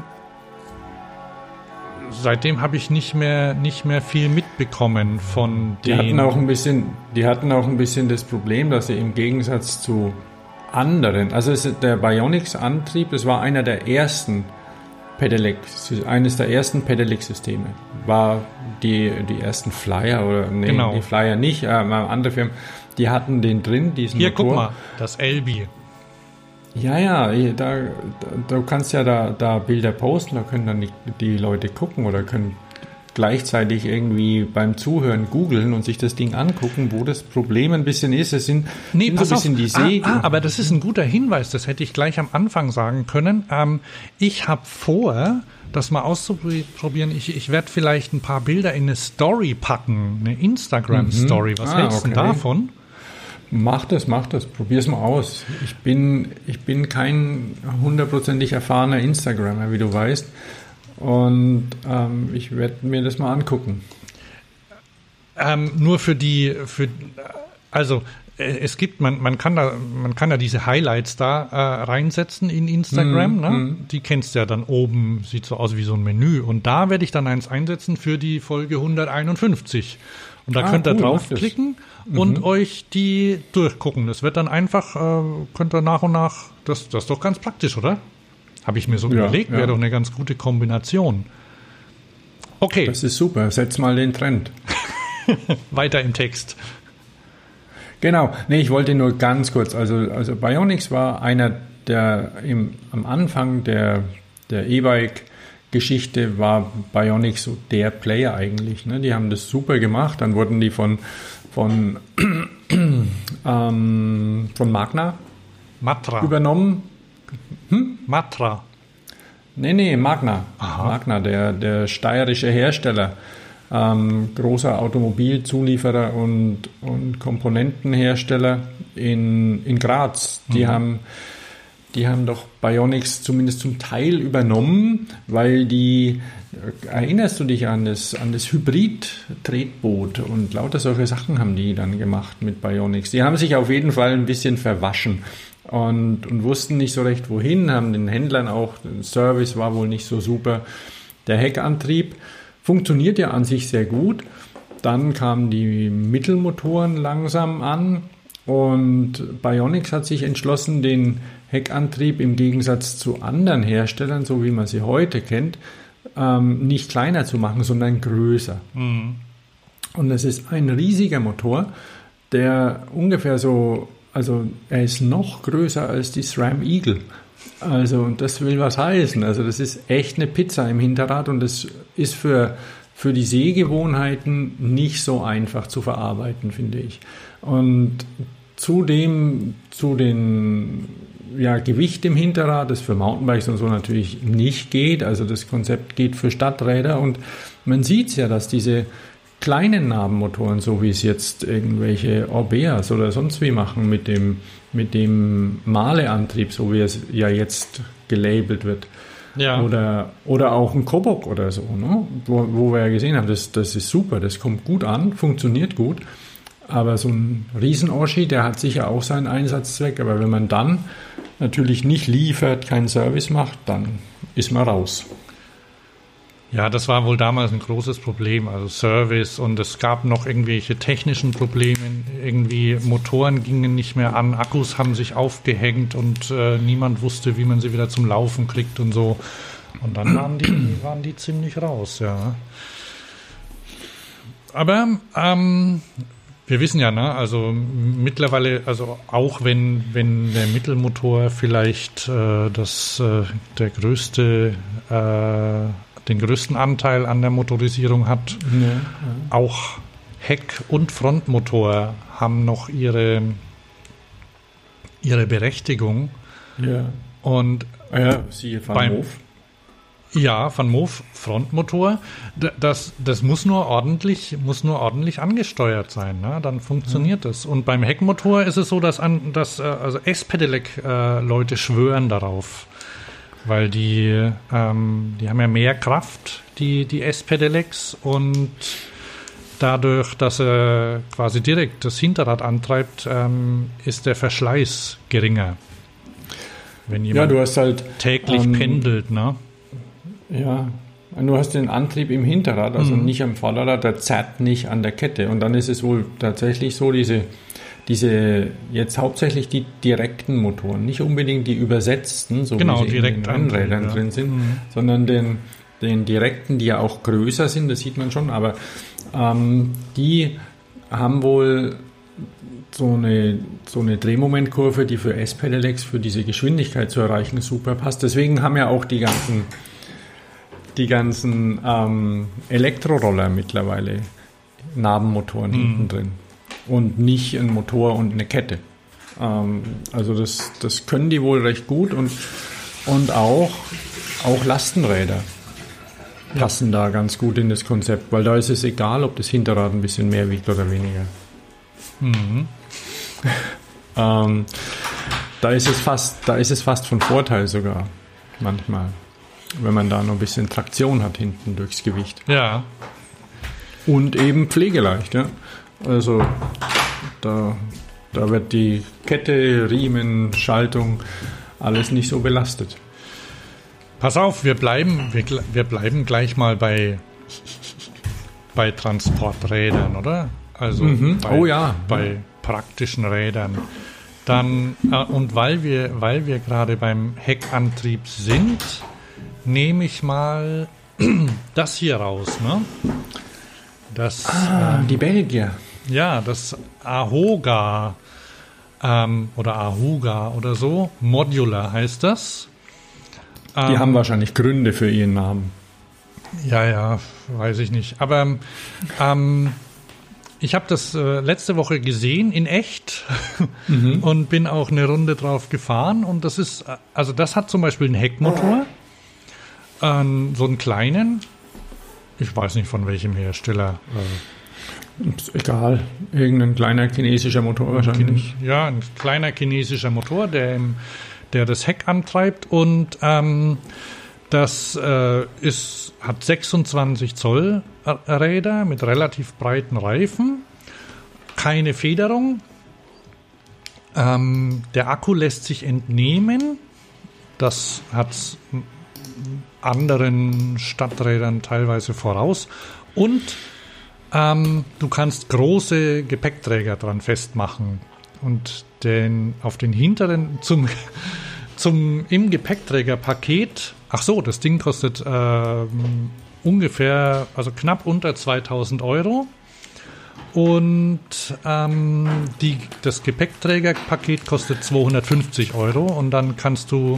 seitdem habe ich nicht mehr nicht mehr viel mitbekommen von die den. Hatten auch ein bisschen, die hatten auch ein bisschen das Problem, dass sie im Gegensatz zu anderen, also es, der Bionics-Antrieb, das war einer der ersten Pedelec, eines der ersten Pedelec-Systeme, war die die ersten Flyer oder nee, genau. die Flyer nicht, äh, andere Firmen, die hatten den drin, diesen Hier, Motor. guck mal, das Elbi. Ja, ja, da, da, du kannst ja da, da Bilder posten, da können dann die, die Leute gucken oder können gleichzeitig irgendwie beim Zuhören googeln und sich das Ding angucken, wo das Problem ein bisschen ist. Es sind, nee, sind so ein bisschen auf. die See. Ah, ah, aber das ist ein guter Hinweis, das hätte ich gleich am Anfang sagen können. Ähm, ich habe vor, das mal auszuprobieren. Ich, ich werde vielleicht ein paar Bilder in eine Story packen, eine Instagram-Story. Mhm. Was ah, hältst du okay. davon? Mach das, mach das, probier's mal aus. Ich bin, ich bin kein hundertprozentig erfahrener Instagrammer, wie du weißt. Und ähm, ich werde mir das mal angucken. Ähm, nur für die, für, also äh, es gibt, man, man kann da, man kann da diese Highlights da äh, reinsetzen in Instagram. Mm, ne? Mm. Die kennst du ja dann oben, sieht so aus wie so ein Menü. Und da werde ich dann eins einsetzen für die Folge hunderteinundfünfzig. Und da ah, könnt ihr cool, draufklicken und mhm. euch die durchgucken. Das wird dann einfach, äh, könnt ihr nach und nach, das, das ist doch ganz praktisch, oder? Habe ich mir so ja, überlegt, wäre ja. doch eine ganz gute Kombination. Okay. Das ist super, setz mal den Trend. Weiter im Text. Genau, nee, ich wollte nur ganz kurz, also, also Bionics war einer der, im, am Anfang der, der E-Bike Geschichte war Bionics so der Player eigentlich. Ne? Die haben das super gemacht. Dann wurden die von, von, ähm, von Magna Matra. übernommen. Hm? Matra. Nee, nee, Magna. Aha. Magna, der, der steirische Hersteller. Ähm, großer Automobilzulieferer und, und Komponentenhersteller in, in Graz. Die mhm. haben Die haben doch Bionics zumindest zum Teil übernommen, weil die, erinnerst du dich an das, an das Hybrid-Tretboot und lauter solche Sachen haben die dann gemacht mit Bionics. Die haben sich auf jeden Fall ein bisschen verwaschen und, und wussten nicht so recht wohin, haben den Händlern auch, der Service war wohl nicht so super der Heckantrieb funktioniert ja an sich sehr gut. Dann kamen die Mittelmotoren langsam an und Bionix hat sich entschlossen, den Heckantrieb im Gegensatz zu anderen Herstellern, so wie man sie heute kennt, ähm, nicht kleiner zu machen, sondern größer. Mhm. Und es ist ein riesiger Motor, der ungefähr so, also er ist noch größer als die SRAM Eagle. Also das will was heißen. Also das ist echt eine Pizza im Hinterrad und das ist für, für die Sehgewohnheiten nicht so einfach zu verarbeiten, finde ich. Und zudem zu den ja, Gewicht im Hinterrad, das für Mountainbikes und so natürlich nicht geht. Also das Konzept geht für Stadträder und man sieht es ja, dass diese kleinen Nabenmotoren, so wie es jetzt irgendwelche Orbeas oder sonst wie machen mit dem, mit dem Male-Antrieb, so wie es ja jetzt gelabelt wird. Ja. Oder, oder auch ein Kobok oder so, ne? wo, wo wir ja gesehen haben, das, das ist super, das kommt gut an, funktioniert gut. Aber so ein Riesen-Oschi, der hat sicher auch seinen Einsatzzweck. Aber wenn man dann natürlich nicht liefert, keinen Service macht, dann ist man raus. Ja, das war wohl damals ein großes Problem, also Service, und es gab noch irgendwelche technischen Probleme, irgendwie Motoren gingen nicht mehr an, Akkus haben sich aufgehängt und äh, niemand wusste, wie man sie wieder zum Laufen kriegt und so. Und dann waren die, waren die ziemlich raus, ja. Aber ähm, wir wissen ja, ne, also mittlerweile, also auch wenn, wenn der Mittelmotor vielleicht äh, das, äh, der größte äh, den größten Anteil an der Motorisierung hat. Ja, ja. Auch Heck- und Frontmotor haben noch ihre, ihre Berechtigung. Ja. Und ja, siehe Van Moof. Ja, Van Moof Frontmotor. Das, das muss nur ordentlich, muss nur ordentlich angesteuert sein, ne? Dann funktioniert ja. das. Und beim Heckmotor ist es so, dass, an, dass also S-Pedelec-Leute äh, schwören darauf. Weil die, ähm, die haben ja mehr Kraft, die, die S-Pedelecs, und dadurch, dass er quasi direkt das Hinterrad antreibt, ähm, ist der Verschleiß geringer. Wenn jemand ja, du hast halt, täglich ähm, pendelt, ne? Ja, du hast den Antrieb im Hinterrad, also mhm. nicht am Vorderrad, der zerrt nicht an der Kette. Und dann ist es wohl tatsächlich so, diese Diese jetzt hauptsächlich die direkten Motoren, nicht unbedingt die übersetzten, so genau, wie sie in den Rennrädern ja. drin sind, mhm. sondern den, den direkten, die ja auch größer sind, das sieht man schon, aber ähm, die haben wohl so eine, so eine Drehmomentkurve, die für S-Pedelecs, für diese Geschwindigkeit zu erreichen, super passt. Deswegen haben ja auch die ganzen, die ganzen ähm, Elektroroller mittlerweile Nabenmotoren mhm. hinten drin. Und nicht ein Motor und eine Kette. Ähm, also das, das können die wohl recht gut und, und auch, auch Lastenräder passen ja. da ganz gut in das Konzept, weil da ist es egal, ob das Hinterrad ein bisschen mehr wiegt oder weniger. Mhm. ähm, da ist es fast, da ist es fast von Vorteil sogar manchmal, wenn man da noch ein bisschen Traktion hat hinten durchs Gewicht. Ja. Und eben pflegeleicht, ja. Also da, da wird die Kette, Riemen, Schaltung, alles nicht so belastet. Pass auf, wir bleiben, wir, wir bleiben gleich mal bei, bei Transporträdern, oder? Also mhm. bei, oh ja. bei praktischen Rädern. Dann, äh, und weil wir, weil wir gerade beim Heckantrieb sind, nehme ich mal das hier raus, ne? Das, ah, ähm, die Belgier. Ja, das Ahoga ähm, oder Ahuga oder so, Modular heißt das. Ähm, die haben wahrscheinlich Gründe für ihren Namen. Ja, ja, weiß ich nicht. Aber ähm, ich habe das äh, letzte Woche gesehen in echt mhm. und bin auch eine Runde drauf gefahren. Und das ist, also das hat zum Beispiel einen Heckmotor, ähm, so einen kleinen. Ich weiß nicht von welchem Hersteller. Ist egal. Irgendein kleiner chinesischer Motor wahrscheinlich. Ja, ein kleiner chinesischer Motor, der, im, der das Heck antreibt. Und ähm, das äh, ist, hat sechsundzwanzig Zoll Räder mit relativ breiten Reifen. Keine Federung. Ähm, der Akku lässt sich entnehmen. Das hat anderen Stadträdern teilweise voraus. Und ähm, du kannst große Gepäckträger dran festmachen. Und den, auf den hinteren, zum, zum im Gepäckträgerpaket, ach so, das Ding kostet äh, ungefähr, also knapp unter zweitausend Euro. Und ähm, die, das Gepäckträgerpaket kostet zweihundertfünfzig Euro. Und dann kannst du,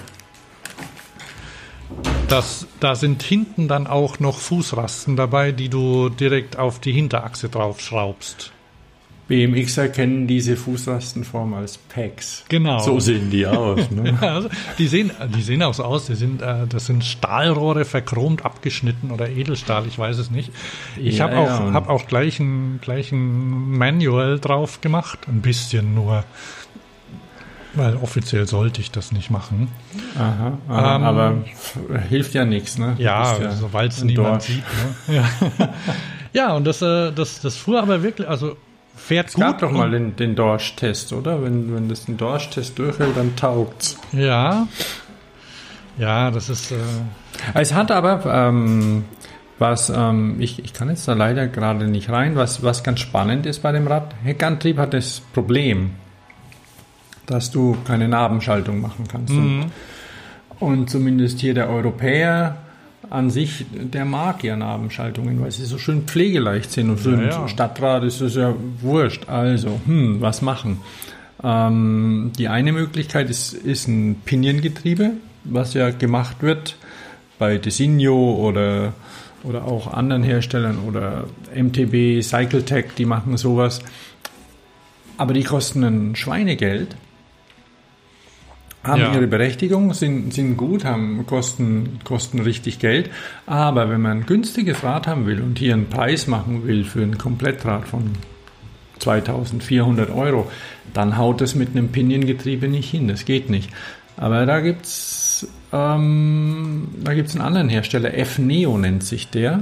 das, da sind hinten dann auch noch Fußrasten dabei, die du direkt auf die Hinterachse draufschraubst. B M Xer kennen diese Fußrastenform als Packs. Genau. So sehen die aus. Ne? Ja, also die, sehen, die sehen auch so aus. Die sind, äh, das sind Stahlrohre verchromt abgeschnitten oder Edelstahl, ich weiß es nicht. Ich ja, habe auch, ja. hab auch gleich ein, gleich ein Manual drauf gemacht. Ein bisschen nur. Weil offiziell sollte ich das nicht machen. Aha, aha, Ähm, aber hilft ja nichts. Ne? Ja, ja sobald es niemand sieht. Ne? Ja. Ja, und das, äh, das, das fuhr aber wirklich, also fährt Es gut. gab doch mal den, den Dorsch-Test, oder? Wenn, wenn das den Dorsch-Test durchhält, dann taugt's. Ja. Ja, das ist. Äh, Es hat aber, ähm, was, ähm, ich, ich kann jetzt da leider gerade nicht rein, was, was ganz spannend ist bei dem Rad, Heckantrieb hat das Problem, dass du keine Nabenschaltung machen kannst. mhm. Und, und zumindest hier der Europäer an sich, der mag ja Nabenschaltungen, weil sie so schön pflegeleicht sind. Und für Ja, ein ja. Stadtrad ist es ja wurscht. Also, hm, was machen? Ähm, die eine Möglichkeit ist, ist ein Piniengetriebe, was ja gemacht wird bei Designo oder, oder auch anderen Herstellern oder M T B, Cycletech, die machen sowas. Aber die kosten ein Schweinegeld. Haben Ja. ihre Berechtigung, sind, sind gut, haben, kosten, kosten richtig Geld. Aber wenn man ein günstiges Rad haben will und hier einen Preis machen will für ein Komplettrad von zweitausendvierhundert Euro, dann haut es mit einem Piniengetriebe nicht hin. Das geht nicht. Aber da gibt's, ähm, da gibt's einen anderen Hersteller, F-Neo nennt sich der.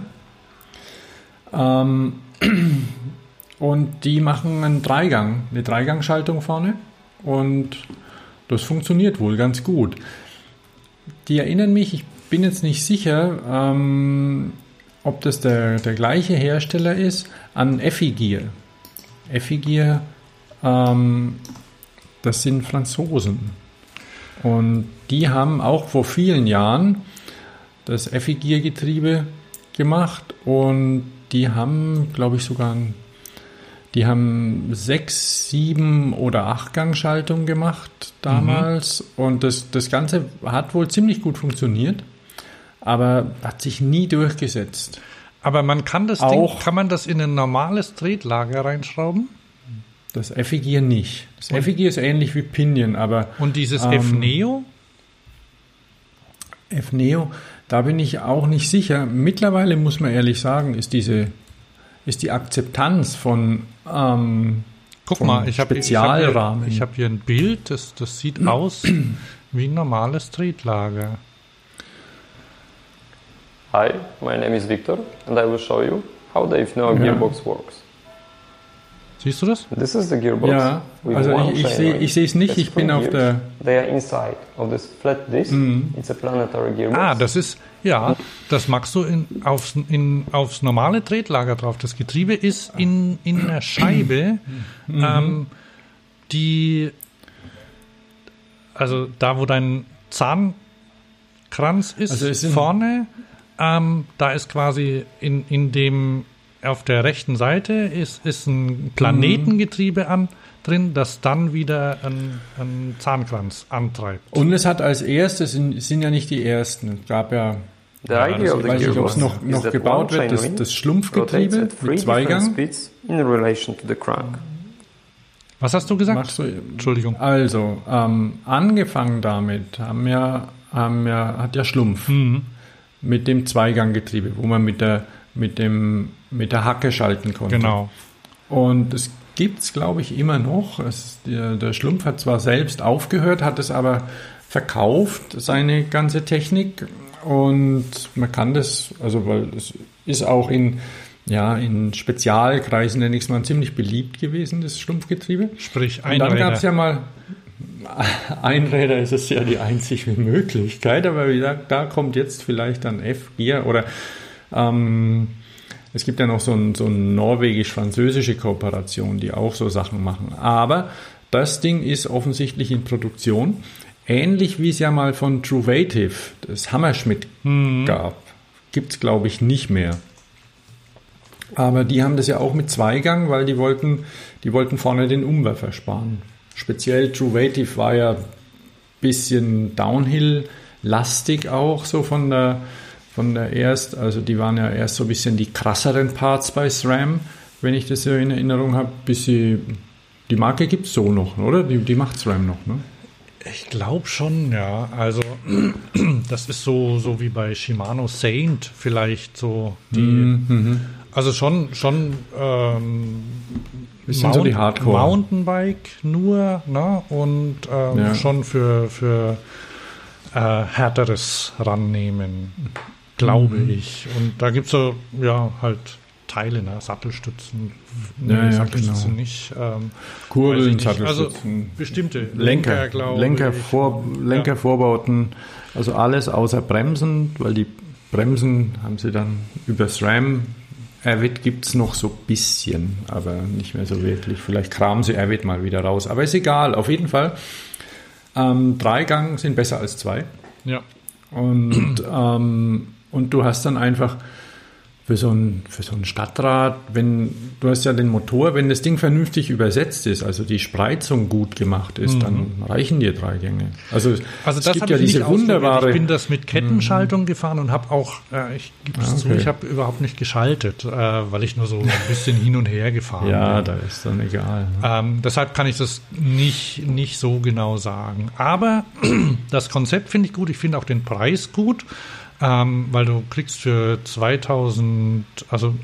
Ähm, und die machen einen Dreigang, eine Dreigangschaltung vorne und das funktioniert wohl ganz gut. Die erinnern mich, ich bin jetzt nicht sicher, ähm, ob das der, der gleiche Hersteller ist, an Effigear. Effigear, ähm, das sind Franzosen. Und die haben auch vor vielen Jahren das Effigear-Getriebe gemacht und die haben, glaube ich, sogar ein Die haben sechs, sieben oder acht Gangschaltung gemacht damals mhm. und das, das Ganze hat wohl ziemlich gut funktioniert, aber hat sich nie durchgesetzt. Aber man kann das Auch- Ding, kann man das in ein normales Tretlager reinschrauben? Das Effigear nicht. Das Effigear ist ähnlich wie Pinion, aber Und dieses Ähm, F-Neo? F-Neo, da bin ich auch nicht sicher. Mittlerweile muss man ehrlich sagen, ist diese ist die Akzeptanz von ähm, Guck vom mal, ich habe Spezialrahmen. ich hab hier ein Bild, das, das sieht aus wie ein normales Tretlager. Hi, my name is Victor and I will show you how the F-Neo Ja. gearbox works. Siehst du das? This is the gearbox. Ja, with also one ich, ich chain sehe ring. ich sehe es nicht, It's ich bin three auf gears. der They are inside of this flat disc. It's a planetary gearbox. Ah, das ist, ja, das machst du in, aufs, in, aufs normale Tretlager drauf. Das Getriebe ist in, in einer Scheibe, ähm, die, also da, wo dein Zahnkranz ist, Also es sind- vorne, ähm, da ist quasi in, in dem, auf der rechten Seite ist, ist ein Planetengetriebe an, drin, das dann wieder einen, einen Zahnkranz antreibt. Und es hat als erstes, sind, sind ja nicht die ersten, es gab ja, The idea of ich the weiß nicht, ob gearbox es noch, is noch that gebaut one wird, das, chain das ring Schlumpfgetriebe rotates at three mit different Zweigang. speeds in relation to the crank. Was hast du gesagt? Machst du, Entschuldigung. Also, ähm, angefangen damit haben ja, haben ja, hat ja Schlumpf mit dem Zweiganggetriebe, wo man mit der, mit dem, mit der Hacke schalten konnte. Genau. Und es gibt es, glaube ich, immer noch. Es, der, der Schlumpf hat zwar selbst aufgehört, hat es aber verkauft, seine ganze Technik. Und man kann das, also weil es ist auch in, ja, in Spezialkreisen, nenne ich es mal, ziemlich beliebt gewesen, das Schlumpfgetriebe. Sprich, Und dann gab Einräder. es ja mal, Einräder ist es ja die einzige Möglichkeit, aber wie gesagt, da kommt jetzt vielleicht dann F-Gear oder ähm, es gibt ja noch so ein, so eine norwegisch-französische Kooperation, die auch so Sachen machen. Aber das Ding ist offensichtlich in Produktion, ähnlich wie es ja mal von Truvative, das Hammerschmidt mhm. gab. Gibt es, glaube ich, nicht mehr. Aber die haben das ja auch mit Zweigang, weil die wollten, die wollten vorne den Umwerfer sparen. Speziell Truvative war ja ein bisschen Downhill-lastig auch so von der, von der erst, also die waren ja erst so ein bisschen die krasseren Parts bei SRAM, wenn ich das so in Erinnerung habe, bis sie, die Marke gibt es so noch, oder? Die, die macht SRAM noch, ne? Ich glaube schon, ja. Also das ist so, so wie bei Shimano Saint vielleicht so die, mhm. also schon, schon ähm, Mount, so die Hardcore. Mountainbike nur, ne? Und ähm, ja. schon für, für äh, härteres rannehmen, glaube mhm. ich. Und da gibt es so, ja, halt Teile, ne? Sattelstützen, nee, ja, ja, Sattelstützen genau. nicht. Ähm, Kurbeln, Sattelstützen. Also bestimmte Lenker, Lenker, glaube Lenker, ich. Vor, Lenkervorbauten, also alles außer Bremsen, weil die Bremsen haben sie dann über SRAM. Avid gibt es noch so ein bisschen, aber nicht mehr so wirklich. Vielleicht kramen sie Avid mal wieder raus. Aber ist egal, auf jeden Fall. Ähm, Dreigang sind besser als zwei. Ja. Und, ähm, und du hast dann einfach für so ein, für so ein Stadtrad, wenn du hast ja den Motor, wenn das Ding vernünftig übersetzt ist, also die Spreizung gut gemacht ist, mhm. dann reichen dir drei Gänge. Also, also es das gibt ja diese wunderbare. Ich bin das mit Kettenschaltung mhm. gefahren und habe auch, äh, ich gebe es okay. zu, ich habe überhaupt nicht geschaltet, äh, weil ich nur so ein bisschen hin und her gefahren ja, bin. da ist dann egal. Ne? Ähm, deshalb kann ich das nicht, nicht so genau sagen. Aber das Konzept finde ich gut, ich finde auch den Preis gut. Ähm, weil du kriegst für zweitausend, also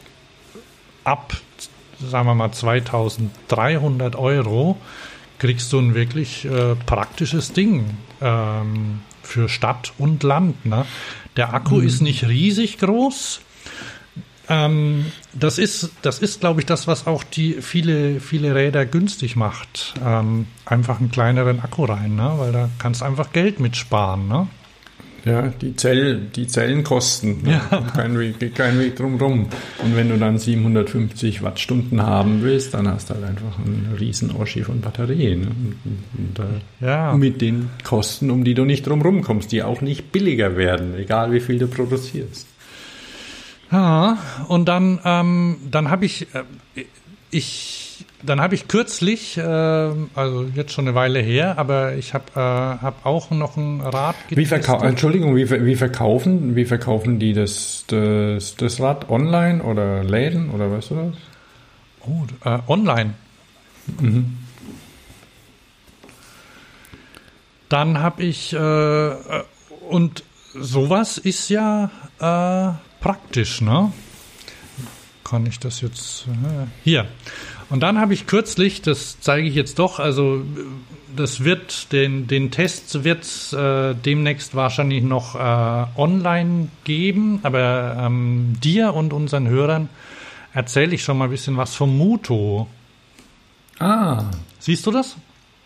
ab, sagen wir mal zweitausenddreihundert Euro, kriegst du ein wirklich äh, praktisches Ding ähm, für Stadt und Land. Ne? Der Akku mhm. ist nicht riesig groß. Ähm, das ist, das ist, glaube ich, das, was auch die viele, viele Räder günstig macht. Ähm, einfach einen kleineren Akku rein, ne? Weil da kannst du einfach Geld mitsparen, ne? Ja, die, Zell, die Zellen kosten. Ja. Kein Weg, geht kein Weg drum rum. Und wenn du dann siebenhundertfünfzig Wattstunden haben willst, dann hast du halt einfach einen riesen Oschi von Batterien. Ne? Und, und, äh, ja. Mit den Kosten, um die du nicht drum rum kommst, die auch nicht billiger werden, egal wie viel du produzierst. Ja, und dann, ähm, dann habe ich, äh, ich Dann habe ich kürzlich, äh, also jetzt schon eine Weile her, aber ich habe äh, hab auch noch ein Rad getestet. Wie verkau- Entschuldigung, wie, wie, verkaufen, wie verkaufen die das, das, das Rad? Online oder Läden oder weißt du das? Oh, äh, online. Mhm. Dann habe ich, äh, und sowas ist ja äh, praktisch, ne? Kann ich das jetzt, äh, hier. Und dann habe ich kürzlich, das zeige ich jetzt doch, also das wird, den, den Test wird es äh, demnächst wahrscheinlich noch äh, online geben, aber ähm, dir und unseren Hörern erzähle ich schon mal ein bisschen was vom Muto. Ah. Siehst du das?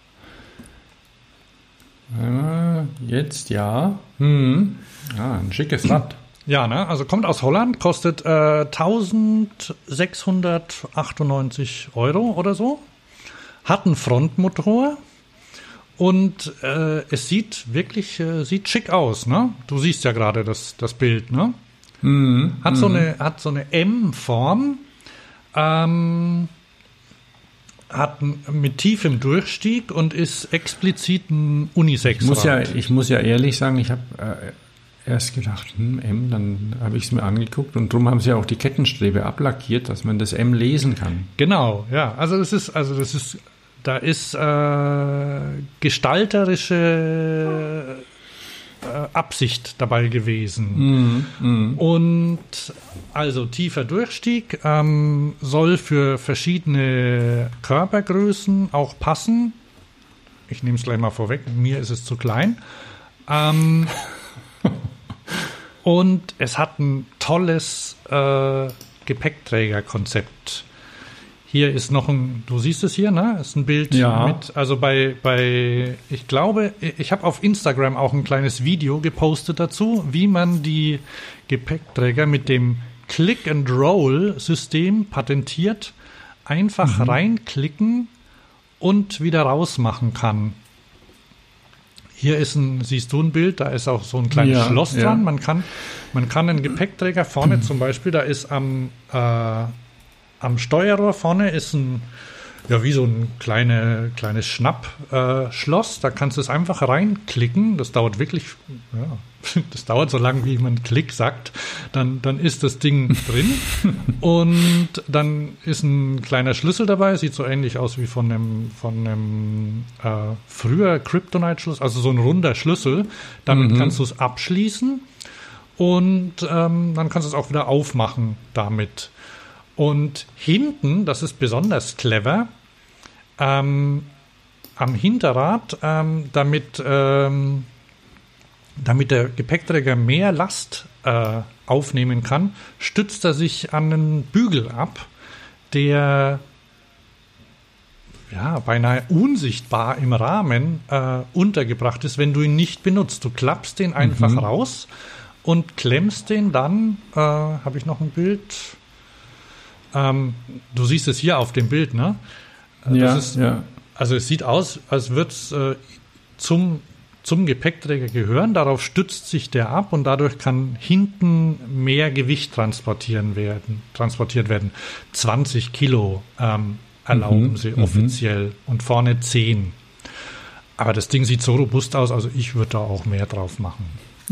Äh, jetzt ja. Hm. Ah, ein schickes Rad. Ja, ne? Also kommt aus Holland, kostet äh, eintausendsechshundertachtundneunzig Euro oder so, hat einen Frontmotor und äh, es sieht wirklich äh, sieht schick aus, ne? Du siehst ja gerade das, das Bild, ne? Mhm. Hat, mhm. so eine, hat so eine M-Form, ähm, hat ein, mit tiefem Durchstieg und ist explizit ein Unisex-Rad. Ich muss ja, ich muss ja ehrlich sagen, ich habe äh, erst gedacht, hm, M, dann habe ich es mir angeguckt und darum haben sie ja auch die Kettenstrebe ablackiert, dass man das M lesen kann. Genau, ja, also das ist, also das ist, da ist äh, gestalterische äh, Absicht dabei gewesen. Mm, mm. Und also tiefer Durchstieg ähm, soll für verschiedene Körpergrößen auch passen. Ich nehme es gleich mal vorweg, mir ist es zu klein. Ähm, Und es hat ein tolles äh, Gepäckträgerkonzept. Hier ist noch ein, du siehst es hier, ne? Ist ein Bild Ja. mit, also bei, bei, ich glaube, ich habe auf Instagram auch ein kleines Video gepostet dazu, wie man die Gepäckträger mit dem Click-and-Roll-System patentiert, einfach mhm. reinklicken und wieder rausmachen kann. Hier ist ein, siehst du ein Bild, da ist auch so ein kleines ja, Schloss ja. dran. Man kann, man kann einen Gepäckträger vorne zum Beispiel, da ist am, äh, am Steuerrohr vorne ist ein, ja, wie so ein kleine, kleines Schnappschloss. Äh, da kannst du es einfach reinklicken. Das dauert wirklich, ja, das dauert so lange, wie man Klick sagt. Dann, dann ist das Ding drin. Und dann ist ein kleiner Schlüssel dabei. Sieht so ähnlich aus wie von einem, von einem äh, früher Kryptonite-Schluss. Also so ein runder Schlüssel. Damit mhm. kannst du es abschließen. Und ähm, dann kannst du es auch wieder aufmachen damit. Und hinten, das ist besonders clever, ähm, am Hinterrad, ähm, damit, ähm, damit der Gepäckträger mehr Last äh, aufnehmen kann, stützt er sich an einen Bügel ab, der ja, beinahe unsichtbar im Rahmen äh, untergebracht ist, wenn du ihn nicht benutzt. Du klappst den einfach mhm. raus und klemmst den dann, äh, habe ich noch ein Bild... Ähm, du siehst es hier auf dem Bild, ne? Das ja, ist, ja. Also es sieht aus, als würde es äh, zum, zum Gepäckträger gehören. Darauf stützt sich der ab und dadurch kann hinten mehr Gewicht transportieren werden, transportiert werden. zwanzig Kilo ähm, erlauben mhm, sie offiziell mhm. und vorne zehn. Aber das Ding sieht so robust aus, also ich würde da auch mehr drauf machen.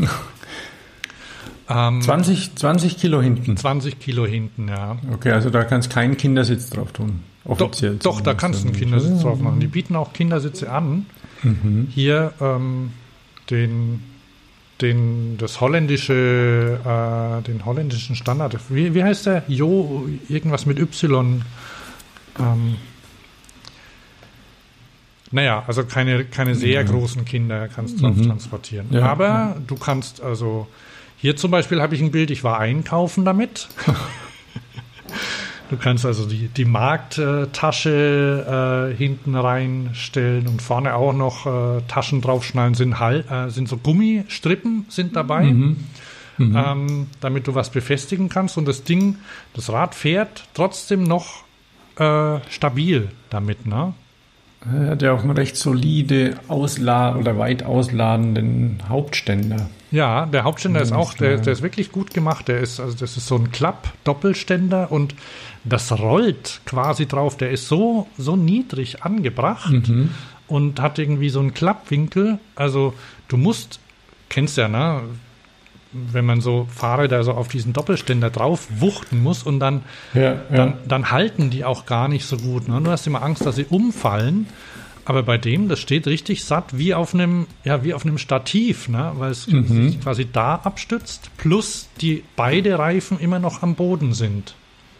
Ähm, zwanzig, zwanzig Kilo hinten. zwanzig Kilo hinten, ja. Okay, also da kannst du keinen Kindersitz drauf tun. Offiziell. Doch, doch da kannst du einen Kindersitz drauf machen. Die bieten auch Kindersitze an. Mhm. Hier ähm, den, den, das holländische, äh, den holländischen Standard. Wie, wie heißt der? Jo, irgendwas mit Y. Ähm, naja, also keine, keine sehr ja. großen Kinder kannst du drauf mhm. transportieren. Ja, Aber ja. du kannst also hier zum Beispiel habe ich ein Bild, ich war einkaufen damit. Du kannst also die, die Markttasche äh, hinten reinstellen und vorne auch noch äh, Taschen draufschnallen, sind, Hal- äh, sind so Gummistrippen sind dabei, mhm. Mhm. Ähm, damit du was befestigen kannst. Und das Ding, das Rad fährt trotzdem noch äh, stabil damit, ne? Er hat ja auch einen recht solide ausla- oder weit ausladenden Hauptständer. Ja, der Hauptständer ist auch, der, der ist wirklich gut gemacht. Der ist, also das ist so ein Klapp-Doppelständer und das rollt quasi drauf. Der ist so, so niedrig angebracht mhm. und hat irgendwie so einen Klappwinkel. Also du musst, kennst ja, ne? Wenn man so Fahrräder so auf diesen Doppelständer drauf wuchten muss und dann, ja, ja. dann, dann halten die auch gar nicht so gut. Ne? Du hast immer Angst, dass sie umfallen. Aber bei dem, das steht richtig satt wie auf einem, ja, wie auf einem Stativ, ne? Weil es mhm. sich quasi da abstützt, plus die beide Reifen immer noch am Boden sind.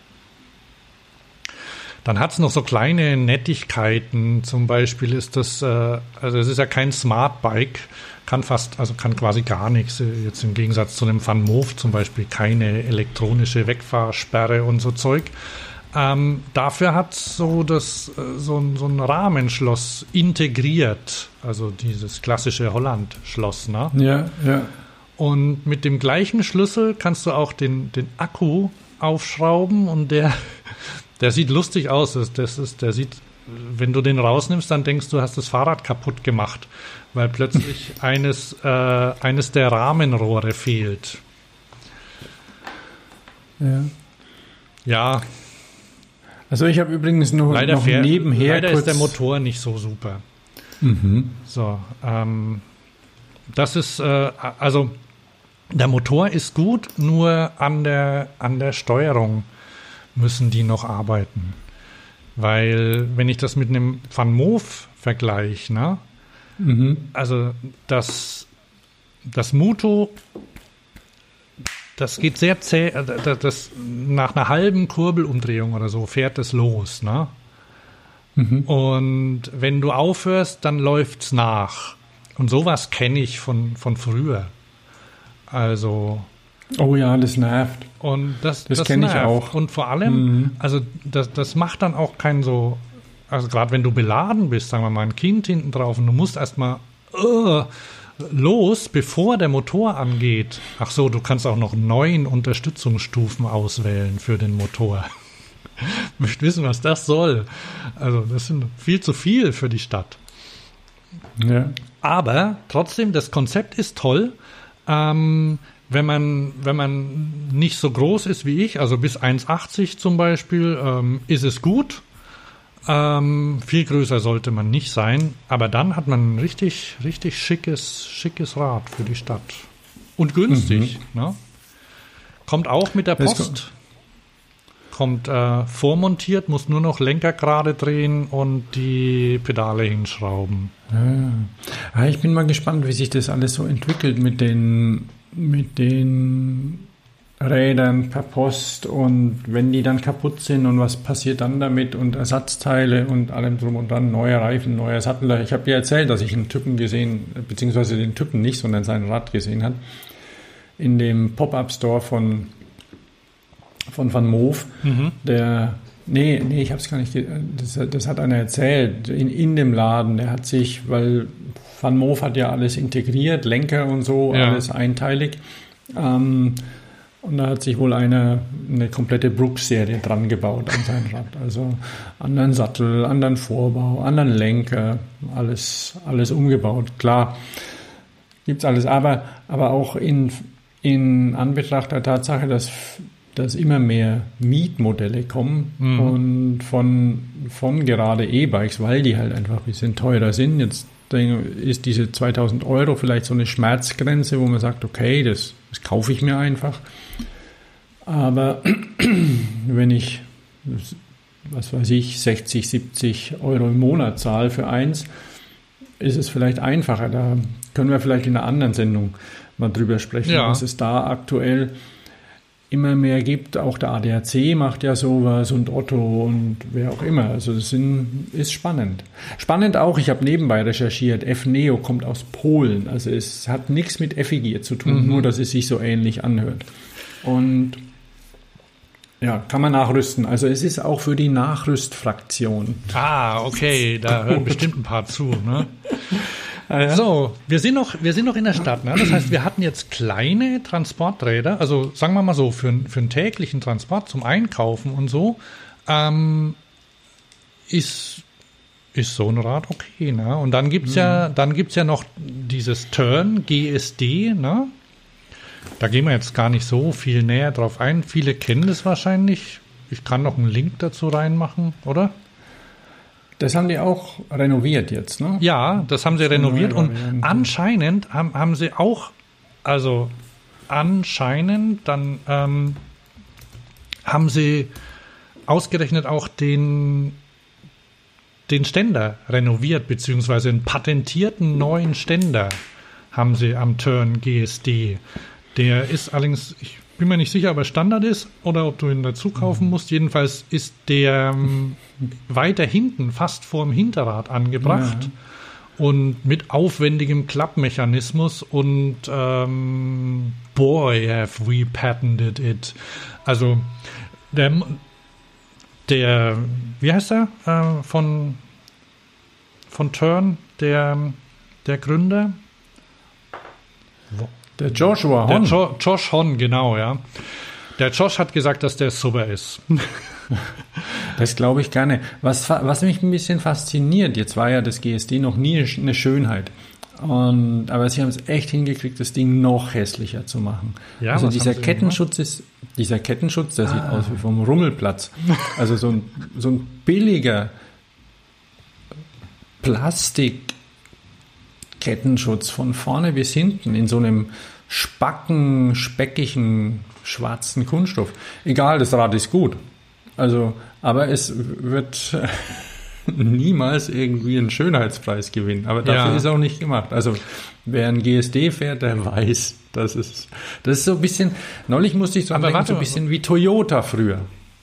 Dann hat es noch so kleine Nettigkeiten. Zum Beispiel ist das, äh, also es ist ja kein Smart Bike, kann fast, also kann quasi gar nichts. Jetzt im Gegensatz zu einem Van Moof zum Beispiel keine elektronische Wegfahrsperre und so Zeug. Ähm, dafür hat so das so ein, so ein Rahmenschloss integriert, also dieses klassische Holland-Schloss, ne? Ja, ja. Und mit dem gleichen Schlüssel kannst du auch den, den Akku aufschrauben und der, der sieht lustig aus. Das, das ist, der sieht, wenn du den rausnimmst, dann denkst du, hast das Fahrrad kaputt gemacht, weil plötzlich eines, äh, eines der Rahmenrohre fehlt. Ja. Ja. Also ich habe übrigens noch, leider noch fährt, nebenher leider kurz ist der Motor nicht so super. Mhm. So, ähm, das ist, äh, also der Motor ist gut, nur an der, an der Steuerung müssen die noch arbeiten. Weil, wenn ich das mit einem Van Moof vergleiche, ne? Mhm. Also das, das Muto, das geht sehr zäh, das, das, nach einer halben Kurbelumdrehung oder so fährt es los, ne? Mhm. Und wenn du aufhörst, dann läuft's nach. Und sowas kenne ich von, von früher. Also Oh ja, das nervt. Und das, Das das kenne ich nervt. auch. Und vor allem, Mhm. also das, das macht dann auch kein so, also gerade wenn du beladen bist, sagen wir mal, ein Kind hinten drauf und du musst erstmal uh, los, bevor der Motor angeht. Ach so, du kannst auch noch neun Unterstützungsstufen auswählen für den Motor. Möchte wissen, was das soll. Also das sind viel zu viel für die Stadt. Ja. Aber trotzdem, das Konzept ist toll. Ähm, wenn man, wenn man nicht so groß ist wie ich, also bis eins achtzig zum Beispiel, ähm, ist es gut. Ähm, viel größer sollte man nicht sein, aber dann hat man ein richtig, richtig schickes, schickes Rad für die Stadt. Und günstig. Mhm. Ne? Kommt auch mit der Post. Kommt äh, vormontiert, muss nur noch Lenker gerade drehen und die Pedale hinschrauben. Ja. Ich bin mal gespannt, wie sich das alles so entwickelt mit den, mit den Rädern per Post und wenn die dann kaputt sind und was passiert dann damit und Ersatzteile und allem drum und dran, neue Reifen, neuer Sattel. Ich habe dir erzählt, dass ich einen Typen gesehen, beziehungsweise den Typen nicht, sondern sein Rad gesehen habe, in dem Pop-Up-Store von, von Van Moof, mhm. der, nee, nee, ich habe es gar nicht, das, das hat einer erzählt, in, in dem Laden, der hat sich, weil Van Moof hat ja alles integriert, Lenker und so, ja. alles einteilig, ähm, und da hat sich wohl eine, eine komplette Brooks-Serie dran gebaut an sein Rad. Also anderen Sattel, anderen Vorbau, anderen Lenker, alles, alles umgebaut. Klar, gibt's alles. Aber, aber auch in, in Anbetracht der Tatsache, dass, dass immer mehr Mietmodelle kommen mhm. und von, von gerade E-Bikes, weil die halt einfach ein bisschen teurer sind. Jetzt ist diese zweitausend Euro vielleicht so eine Schmerzgrenze, wo man sagt, okay, das, das kaufe ich mir einfach. Aber wenn ich, was weiß ich, sechzig, siebzig Euro im Monat zahle für eins, ist es vielleicht einfacher. Da können wir vielleicht in einer anderen Sendung mal drüber sprechen, ja. was es da aktuell immer mehr gibt. Auch der A D A C macht ja sowas und Otto und wer auch immer. Also das sind, ist spannend. Spannend auch, ich habe nebenbei recherchiert, F-Neo kommt aus Polen. Also es hat nichts mit Effigier zu tun, mhm. nur dass es sich so ähnlich anhört. Und ja, kann man nachrüsten. Also es ist auch für die Nachrüstfraktion. Ah, okay, da hören bestimmt ein paar zu, ne? So, wir sind noch, wir sind noch in der Stadt. Ne? Das heißt, wir hatten jetzt kleine Transporträder, also sagen wir mal so, für, für einen täglichen Transport zum Einkaufen und so, ähm, ist, ist so ein Rad okay. Ne? Und dann gibt's mhm. ja, dann gibt's ja noch dieses Turn G S D. Ne? Da gehen wir jetzt gar nicht so viel näher drauf ein. Viele kennen das wahrscheinlich. Ich kann noch einen Link dazu reinmachen, oder? Das haben die auch renoviert jetzt, ne? Ja, das haben sie renoviert und anscheinend haben, haben sie auch, also anscheinend, dann ähm, haben sie ausgerechnet auch den, den Ständer renoviert, beziehungsweise einen patentierten neuen Ständer haben sie am Turn G S D. Der ist allerdings, ich bin mir nicht sicher, ob er Standard ist oder ob du ihn dazu kaufen musst. Jedenfalls ist der ähm, weiter hinten, fast vorm Hinterrad angebracht ja. und mit aufwendigem Klappmechanismus und ähm, boy, have we patented it. Also der, der wie heißt er äh, von, von Turn, der, der Gründer? Wo? Der Joshua Hon. Der jo- Josh Hon, genau, ja. Der Josh hat gesagt, dass der super ist. Das glaube ich gerne. Was, was mich ein bisschen fasziniert, jetzt war ja das G S D noch nie eine Schönheit. Und, aber sie haben es echt hingekriegt, das Ding noch hässlicher zu machen. Ja, also dieser Kettenschutz ist, dieser Kettenschutz, der ah. sieht aus wie vom Rummelplatz. Also so ein, so ein billiger Plastik Kettenschutz von vorne bis hinten in so einem spacken, speckigen, schwarzen Kunststoff. Egal, das Rad ist gut. Also, aber es wird niemals irgendwie einen Schönheitspreis gewinnen. Aber dafür ja. ist auch nicht gemacht. Also, wer ein G S D fährt, der weiß, das ist, das ist so ein bisschen, neulich musste ich so, denken, so ein bisschen wie Toyota früher.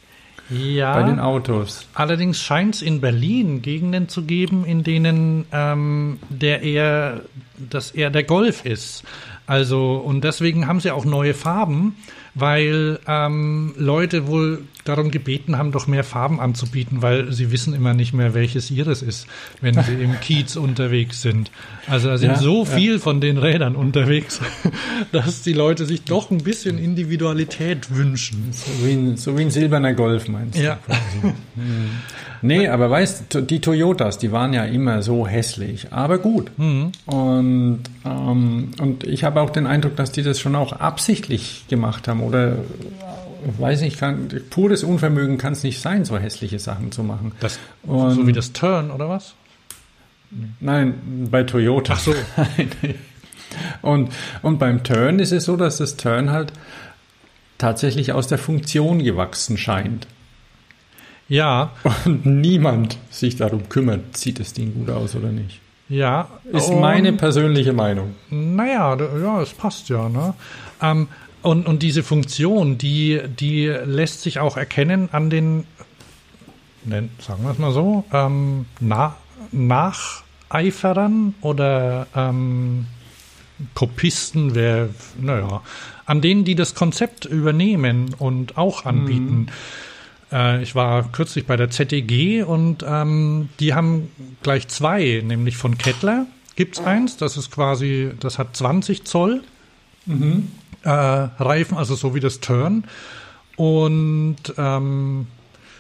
Ja. Bei den Autos. Allerdings scheint es in Berlin Gegenden zu geben, in denen ähm, der eher, das eher der Golf ist. Also, und deswegen haben sie auch neue Farben, weil ähm, Leute wohl darum gebeten haben, doch mehr Farben anzubieten, weil sie wissen immer nicht mehr, welches ihres ist, wenn sie im Kiez unterwegs sind. Also da sind Ja, so ja. viel von den Rädern unterwegs, dass die Leute sich doch ein bisschen Individualität wünschen. So wie ein, so wie ein silberner Golf, meinst du? Ja. Quasi. Hm. Nee, aber weißt du, die Toyotas, die waren ja immer so hässlich, aber gut. Mhm. Und, ähm, und ich habe auch den Eindruck, dass die das schon auch absichtlich gemacht haben oder, ich weiß nicht, kann, pures Unvermögen kann es nicht sein, so hässliche Sachen zu machen. Das, Und- so wie das Turn, oder was? Nein, bei Toyota. Ach so. und, und beim Turn ist es so, dass das Turn halt tatsächlich aus der Funktion gewachsen scheint. Ja, Und niemand sich darum kümmert, sieht das Ding gut aus oder nicht. ja. Ist Und- meine persönliche Meinung. Naja, da- ja, es passt ja. Ne? Ähm, und, und diese Funktion, die, die lässt sich auch erkennen an den, nen- sagen wir es mal so, ähm, na, Nacheiferern oder ähm, Kopisten, wer, naja, an denen, die das Konzept übernehmen und auch anbieten. Äh, ich war kürzlich bei der Z D G und ähm, die haben gleich zwei, nämlich von Kettler gibt's eins, das ist quasi, das hat zwanzig Zoll äh, Reifen, also so wie das Turn und ähm,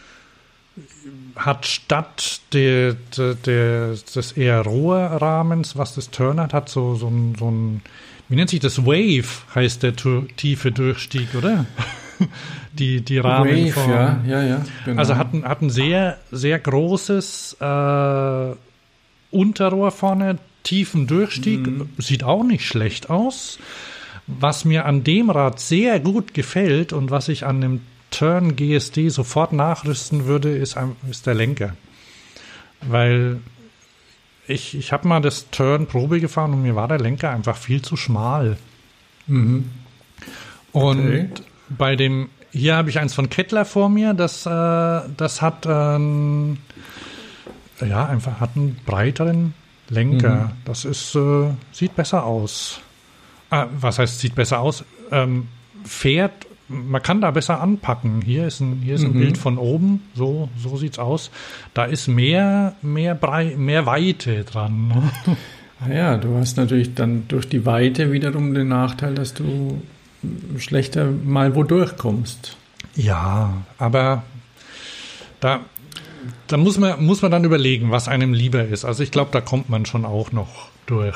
hat statt der, der, der, des eher Rohrrahmens, was das Turn hat, hat so, so ein, so ein, wie nennt sich das? Wave heißt der tu- tiefe Durchstieg, oder? die, die Rahmenform. Wave, ja, ja, ja. Genau. Also hat ein, hat ein sehr, sehr großes äh, Unterrohr vorne, tiefen Durchstieg, sieht auch nicht schlecht aus. Was mir an dem Rad sehr gut gefällt und was ich an dem Turn G S D sofort nachrüsten würde, ist, ein- ist der Lenker. Weil ich, ich habe mal das Turn Probe gefahren und mir war der Lenker einfach viel zu schmal. Mhm. Und Okay. bei dem, hier habe ich eins von Kettler vor mir, das, äh, das hat ähm, ja einfach hat einen breiteren Lenker. Das ist, äh, sieht besser aus. Ah, was heißt, sieht besser aus? Ähm, fährt, man kann da besser anpacken. Hier ist ein, hier ist ein Mhm. Bild von oben, so, so sieht's aus. Da ist mehr, mehr, Brei, mehr Weite dran. Ja, du hast natürlich dann durch die Weite wiederum den Nachteil, dass du schlechter mal wo durchkommst. Ja, aber da, da muss man, muss man dann überlegen, was einem lieber ist. Also ich glaube, da kommt man schon auch noch durch.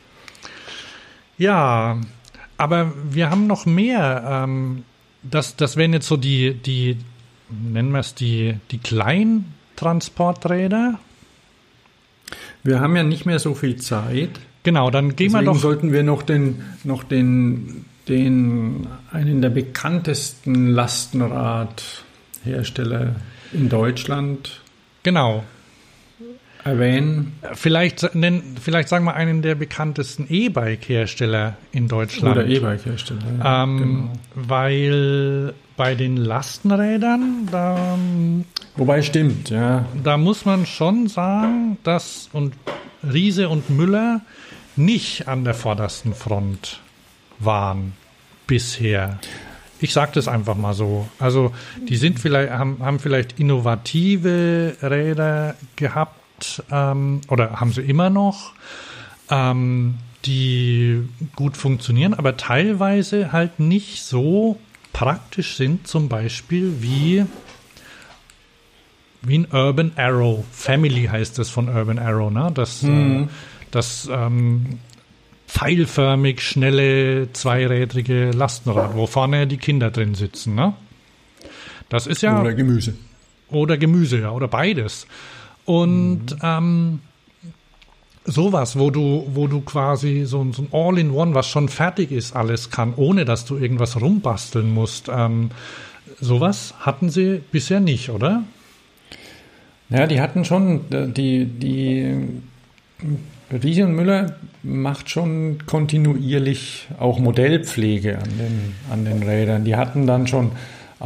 Ja, aber wir haben noch mehr. Ähm, das, das wären jetzt so die, die, nennen wir es die, die Kleintransporträder. Wir haben ja nicht mehr so viel Zeit. Genau, dann gehen wir Deswegen doch. sollten wir noch den, noch den, den, einen der bekanntesten Lastenradhersteller in Deutschland Genau. erwähnen. Vielleicht, nennen, vielleicht sagen wir einen der bekanntesten E-Bike-Hersteller in Deutschland. Oder E-Bike-Hersteller. ja, Ähm, genau. Weil bei den Lastenrädern, da, Wobei stimmt, ja. da muss man schon sagen, dass und Riese und Müller nicht an der vordersten Front waren bisher. Ich sage das einfach mal so. Also die sind vielleicht, haben, haben vielleicht innovative Räder gehabt ähm, oder haben sie immer noch, ähm, die gut funktionieren, aber teilweise halt nicht so praktisch sind, zum Beispiel wie, wie ein Urban Arrow. Family heißt das von Urban Arrow, ne? Das, äh, das ähm, pfeilförmig schnelle, zweirädrige Lastenrad, wo vorne die Kinder drin sitzen, ne? Das ist ja... Oder Gemüse. Oder Gemüse, ja, oder beides. Und ähm, sowas, wo du, wo du quasi so, so ein All-in-One, was schon fertig ist, alles kann, ohne dass du irgendwas rumbasteln musst. Ähm, sowas hatten sie bisher nicht, oder? Ja, die hatten schon, die, die Riese und Müller macht schon kontinuierlich auch Modellpflege an den, an den Rädern. Die hatten dann schon auch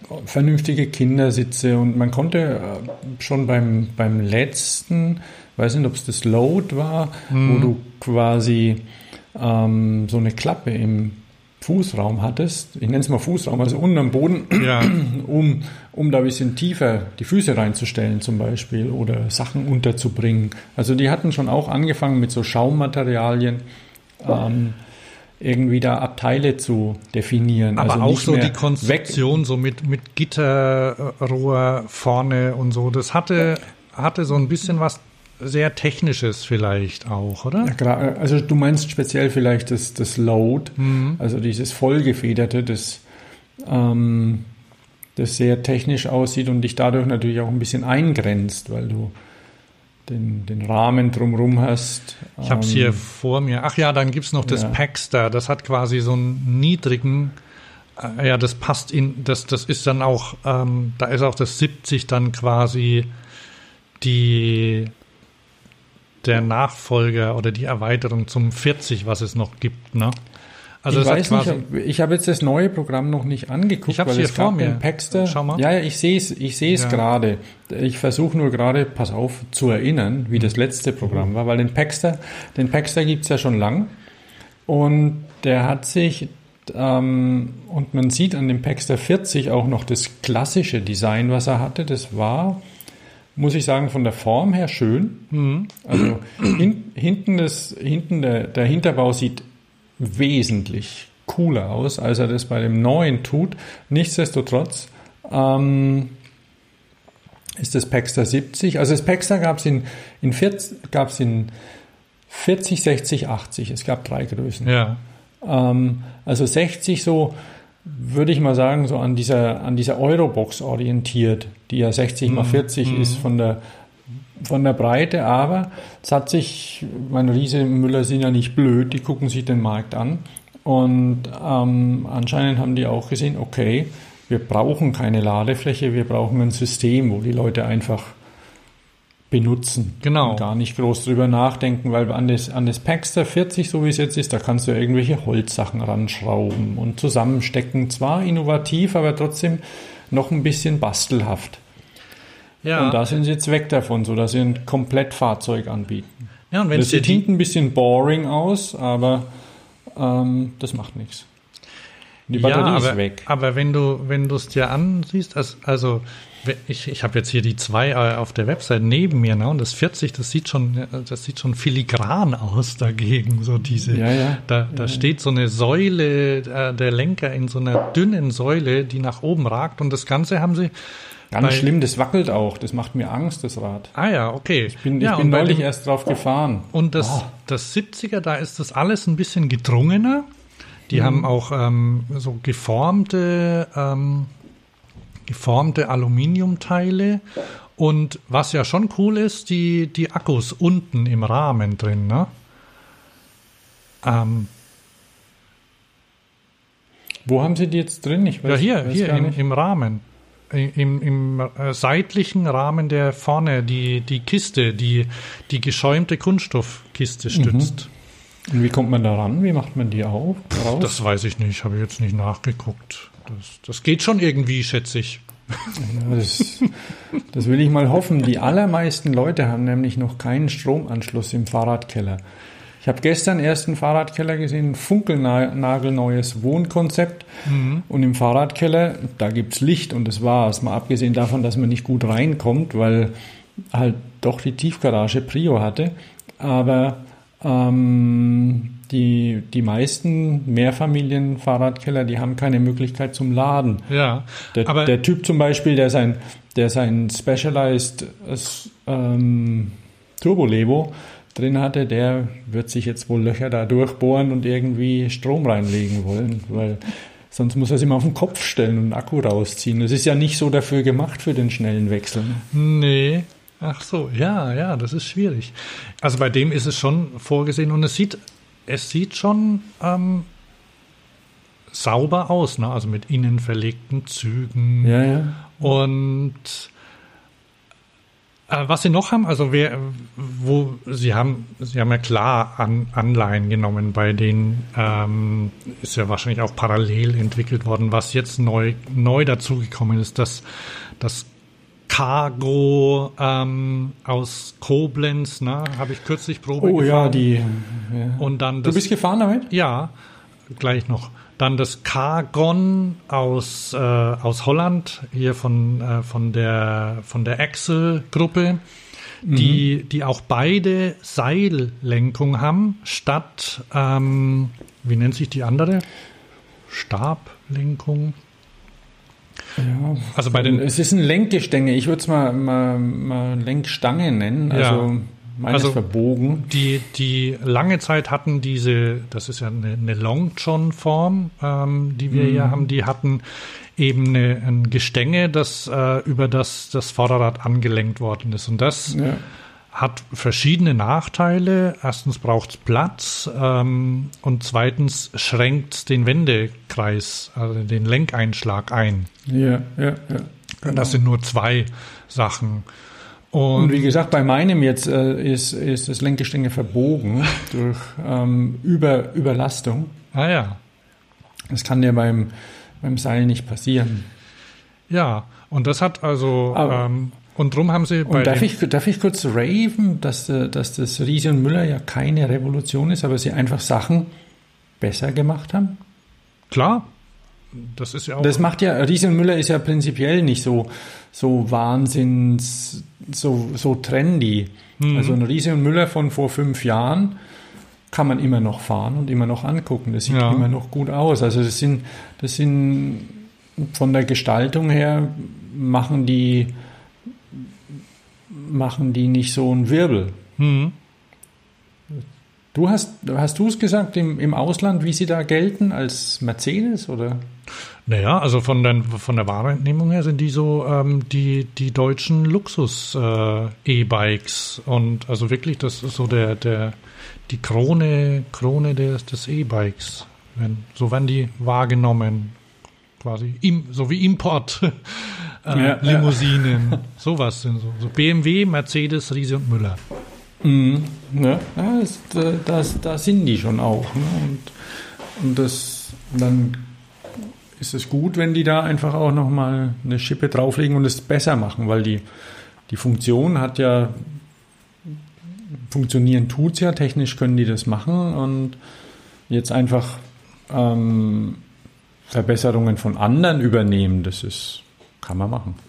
vernünftige Kindersitze und man konnte äh, schon beim, beim letzten, weiß nicht, ob es das Load war, mhm. wo du quasi ähm, so eine Klappe im Fußraum hattest, ich nenne es mal Fußraum, also unten am Boden, ja. um, um da ein bisschen tiefer die Füße reinzustellen zum Beispiel oder Sachen unterzubringen. Also die hatten schon auch angefangen mit so Schaummaterialien, ähm, irgendwie da Abteile zu definieren. Aber also auch nicht so mehr die Konstruktion, weg. so mit, mit Gitterrohr vorne und so, das hatte, hatte so ein bisschen was sehr Technisches vielleicht auch, oder? Ja, also du meinst speziell vielleicht das, das Load, mhm. also dieses vollgefederte, das, ähm, das sehr technisch aussieht und dich dadurch natürlich auch ein bisschen eingrenzt, weil du den, den Rahmen drumherum hast. Ich habe es hier vor mir. Ach ja, dann gibt es noch das ja. Paxter. Das hat quasi so einen niedrigen, äh, ja, das passt in, das, das ist dann auch, ähm, da ist auch das siebzig dann quasi die, der Nachfolger oder die Erweiterung zum vierzig, was es noch gibt, ne? Also ich weiß nicht, ich habe jetzt das neue Programm noch nicht angeguckt. Ich habe es hier vor mir. Paxter, Schau mal. Ja, ja, ich sehe es ich sehe es ja. gerade. Ich versuche nur gerade, pass auf, zu erinnern, wie das letzte Programm war, weil den Paxter, den Paxter gibt es ja schon lang und der hat sich, ähm, und man sieht an dem Paxter vierzig auch noch das klassische Design, was er hatte. Das war, muss ich sagen, von der Form her schön. Mhm. Also hin, hinten, das, hinten der, der Hinterbau sieht wesentlich cooler aus, als er das bei dem neuen tut. Nichtsdestotrotz ähm, ist das Paxter siebzig. Also das Paxter gab es in, in, gab's in vierzig, sechzig, achtzig. Es gab drei Größen. Ja. Ähm, also sechzig so, würde ich mal sagen, so an dieser, an dieser Eurobox orientiert, die ja sechzig mal vierzig mhm. ist von der von der Breite, aber es hat sich, meine Riese und Müller sind ja nicht blöd, die gucken sich den Markt an und ähm, anscheinend haben die auch gesehen, okay, wir brauchen keine Ladefläche, wir brauchen ein System, wo die Leute einfach benutzen genau. und gar nicht groß drüber nachdenken, weil an das, an das Paxter vierzig, so wie es jetzt ist, da kannst du irgendwelche Holzsachen ranschrauben und zusammenstecken, zwar innovativ, aber trotzdem noch ein bisschen bastelhaft. Ja. Und da sind sie jetzt weg davon, sodass sie ein Komplettfahrzeug anbieten. Ja, und wenn das sieht hinten ein bisschen boring aus, aber ähm, das macht nichts. Die Batterie ja, aber, ist weg. Aber wenn du wenn du es dir ansiehst, also, also ich, ich habe jetzt hier die zwei auf der Website neben mir, ne, und das vierzig, das sieht schon, das sieht schon filigran aus dagegen, so diese. Ja, ja. Da, da ja, steht so eine Säule, äh, der Lenker in so einer dünnen Säule, die nach oben ragt, und das Ganze haben sie. Ganz bei, schlimm, das wackelt auch. Das macht mir Angst, das Rad. Ah ja, okay. Ich bin, ich ja, bin neulich dem, erst drauf gefahren. Und das, oh. das siebziger, da ist das alles ein bisschen gedrungener. Die mhm. haben auch ähm, so geformte, ähm, geformte Aluminiumteile. Und was ja schon cool ist, die, die Akkus unten im Rahmen drin. Ne? Ähm, Wo haben Sie die jetzt drin? Ich weiß, ja, hier, weiß hier im, im Rahmen. Im, im äh, seitlichen Rahmen, der vorne die, die Kiste, die, die geschäumte Kunststoffkiste stützt. Mhm. Und wie kommt man da ran? Wie macht man die auf? Raus? Das weiß ich nicht, habe ich jetzt nicht nachgeguckt. Das, das geht schon irgendwie, schätze ich. Ja, das, das will ich mal hoffen. Die allermeisten Leute haben nämlich noch keinen Stromanschluss im Fahrradkeller. Ich habe gestern erst einen Fahrradkeller gesehen, ein funkelnagelneues Wohnkonzept. Mhm. Und im Fahrradkeller, da gibt's Licht und das war's. Mal abgesehen davon, dass man nicht gut reinkommt, weil halt doch die Tiefgarage Prio hatte. Aber ähm, die, die meisten Mehrfamilien-Fahrradkeller, die haben keine Möglichkeit zum Laden. Ja, der, aber der Typ zum Beispiel, der sein, der sein Specialized ähm, Turbo-Levo drin hatte, der wird sich jetzt wohl Löcher da durchbohren und irgendwie Strom reinlegen wollen, weil sonst muss er es immer auf den Kopf stellen und einen Akku rausziehen. Das ist ja nicht so dafür gemacht für den schnellen Wechsel. Nee. Ach so, ja, ja, das ist schwierig. Also bei dem ist es schon vorgesehen und es sieht, es sieht schon ähm, sauber aus, ne? Also mit innen verlegten Zügen. Ja, ja. Und Äh, was sie noch haben, also wer, wo sie haben, sie haben ja klar an, Anleihen genommen, bei denen ähm, ist ja wahrscheinlich auch parallel entwickelt worden. Was jetzt neu neu dazugekommen ist, dass das Cargo ähm, aus Koblenz, ne, habe ich kürzlich Probe oh, gefahren. Ja, die. Ja. Und dann das, du bist gefahren damit? Ja, gleich noch. Dann das Cargon aus, äh, aus Holland, hier von, äh, von der, von der Axel-Gruppe, mhm. die, die auch beide Seillenkung haben, statt, ähm, wie nennt sich die andere? Stablenkung. Ja, also bei den es ist ein Lenkgestänge. Ich würde es mal, mal, mal Lenkstange nennen. Also ja. meines also verbogen. Die, die lange Zeit hatten diese, das ist ja eine, eine Long John Form, ähm, die wir mhm. hier haben, die hatten eben eine, ein Gestänge, das äh, über das das Vorderrad angelenkt worden ist. Und das ja. hat verschiedene Nachteile. Erstens braucht es Platz ähm, und zweitens schränkt es den Wendekreis, also den Lenkeinschlag ein. Ja, ja, ja. Genau. Das sind nur zwei Sachen. Und, und wie gesagt, bei meinem jetzt äh, ist, ist das Lenkgestänge verbogen durch ähm, Über, Überlastung. Ah ja. Das kann ja beim, beim Seil nicht passieren. Ja, und das hat also... Aber, ähm, und drum haben sie... Bei und darf ich, darf ich kurz raven, dass, dass das Riese und Müller ja keine Revolution ist, aber sie einfach Sachen besser gemacht haben? Klar. Das ist ja auch. Das macht ja, Riese und Müller ist ja prinzipiell nicht so, so wahnsinns, so, so trendy. Mhm. Also ein Riese und Müller von vor fünf Jahren kann man immer noch fahren und immer noch angucken. Das sieht ja. immer noch gut aus. Also das sind, das sind von der Gestaltung her machen die, machen die nicht so einen Wirbel. Mhm. Du hast, hast du es gesagt im, im Ausland, wie sie da gelten, als Mercedes, oder? Naja, also von der, von der Wahrnehmung her sind die so ähm, die, die deutschen Luxus-E-Bikes. Äh, und also wirklich, das ist so der, der, die Krone, Krone des, des E-Bikes. Wenn, so werden die wahrgenommen. Quasi, im, so wie Import. äh, ja, Limousinen. Ja. Sowas sind so. So B M W, Mercedes, Riese und Müller. Mhm. Ja, das, das, da sind die schon auch. Ne? Und, und das, dann ist es gut, wenn die da einfach auch nochmal eine Schippe drauflegen und es besser machen, weil die, die Funktion hat ja, funktionieren tut's ja, technisch können die das machen und jetzt einfach ähm, Verbesserungen von anderen übernehmen, das ist, kann man machen.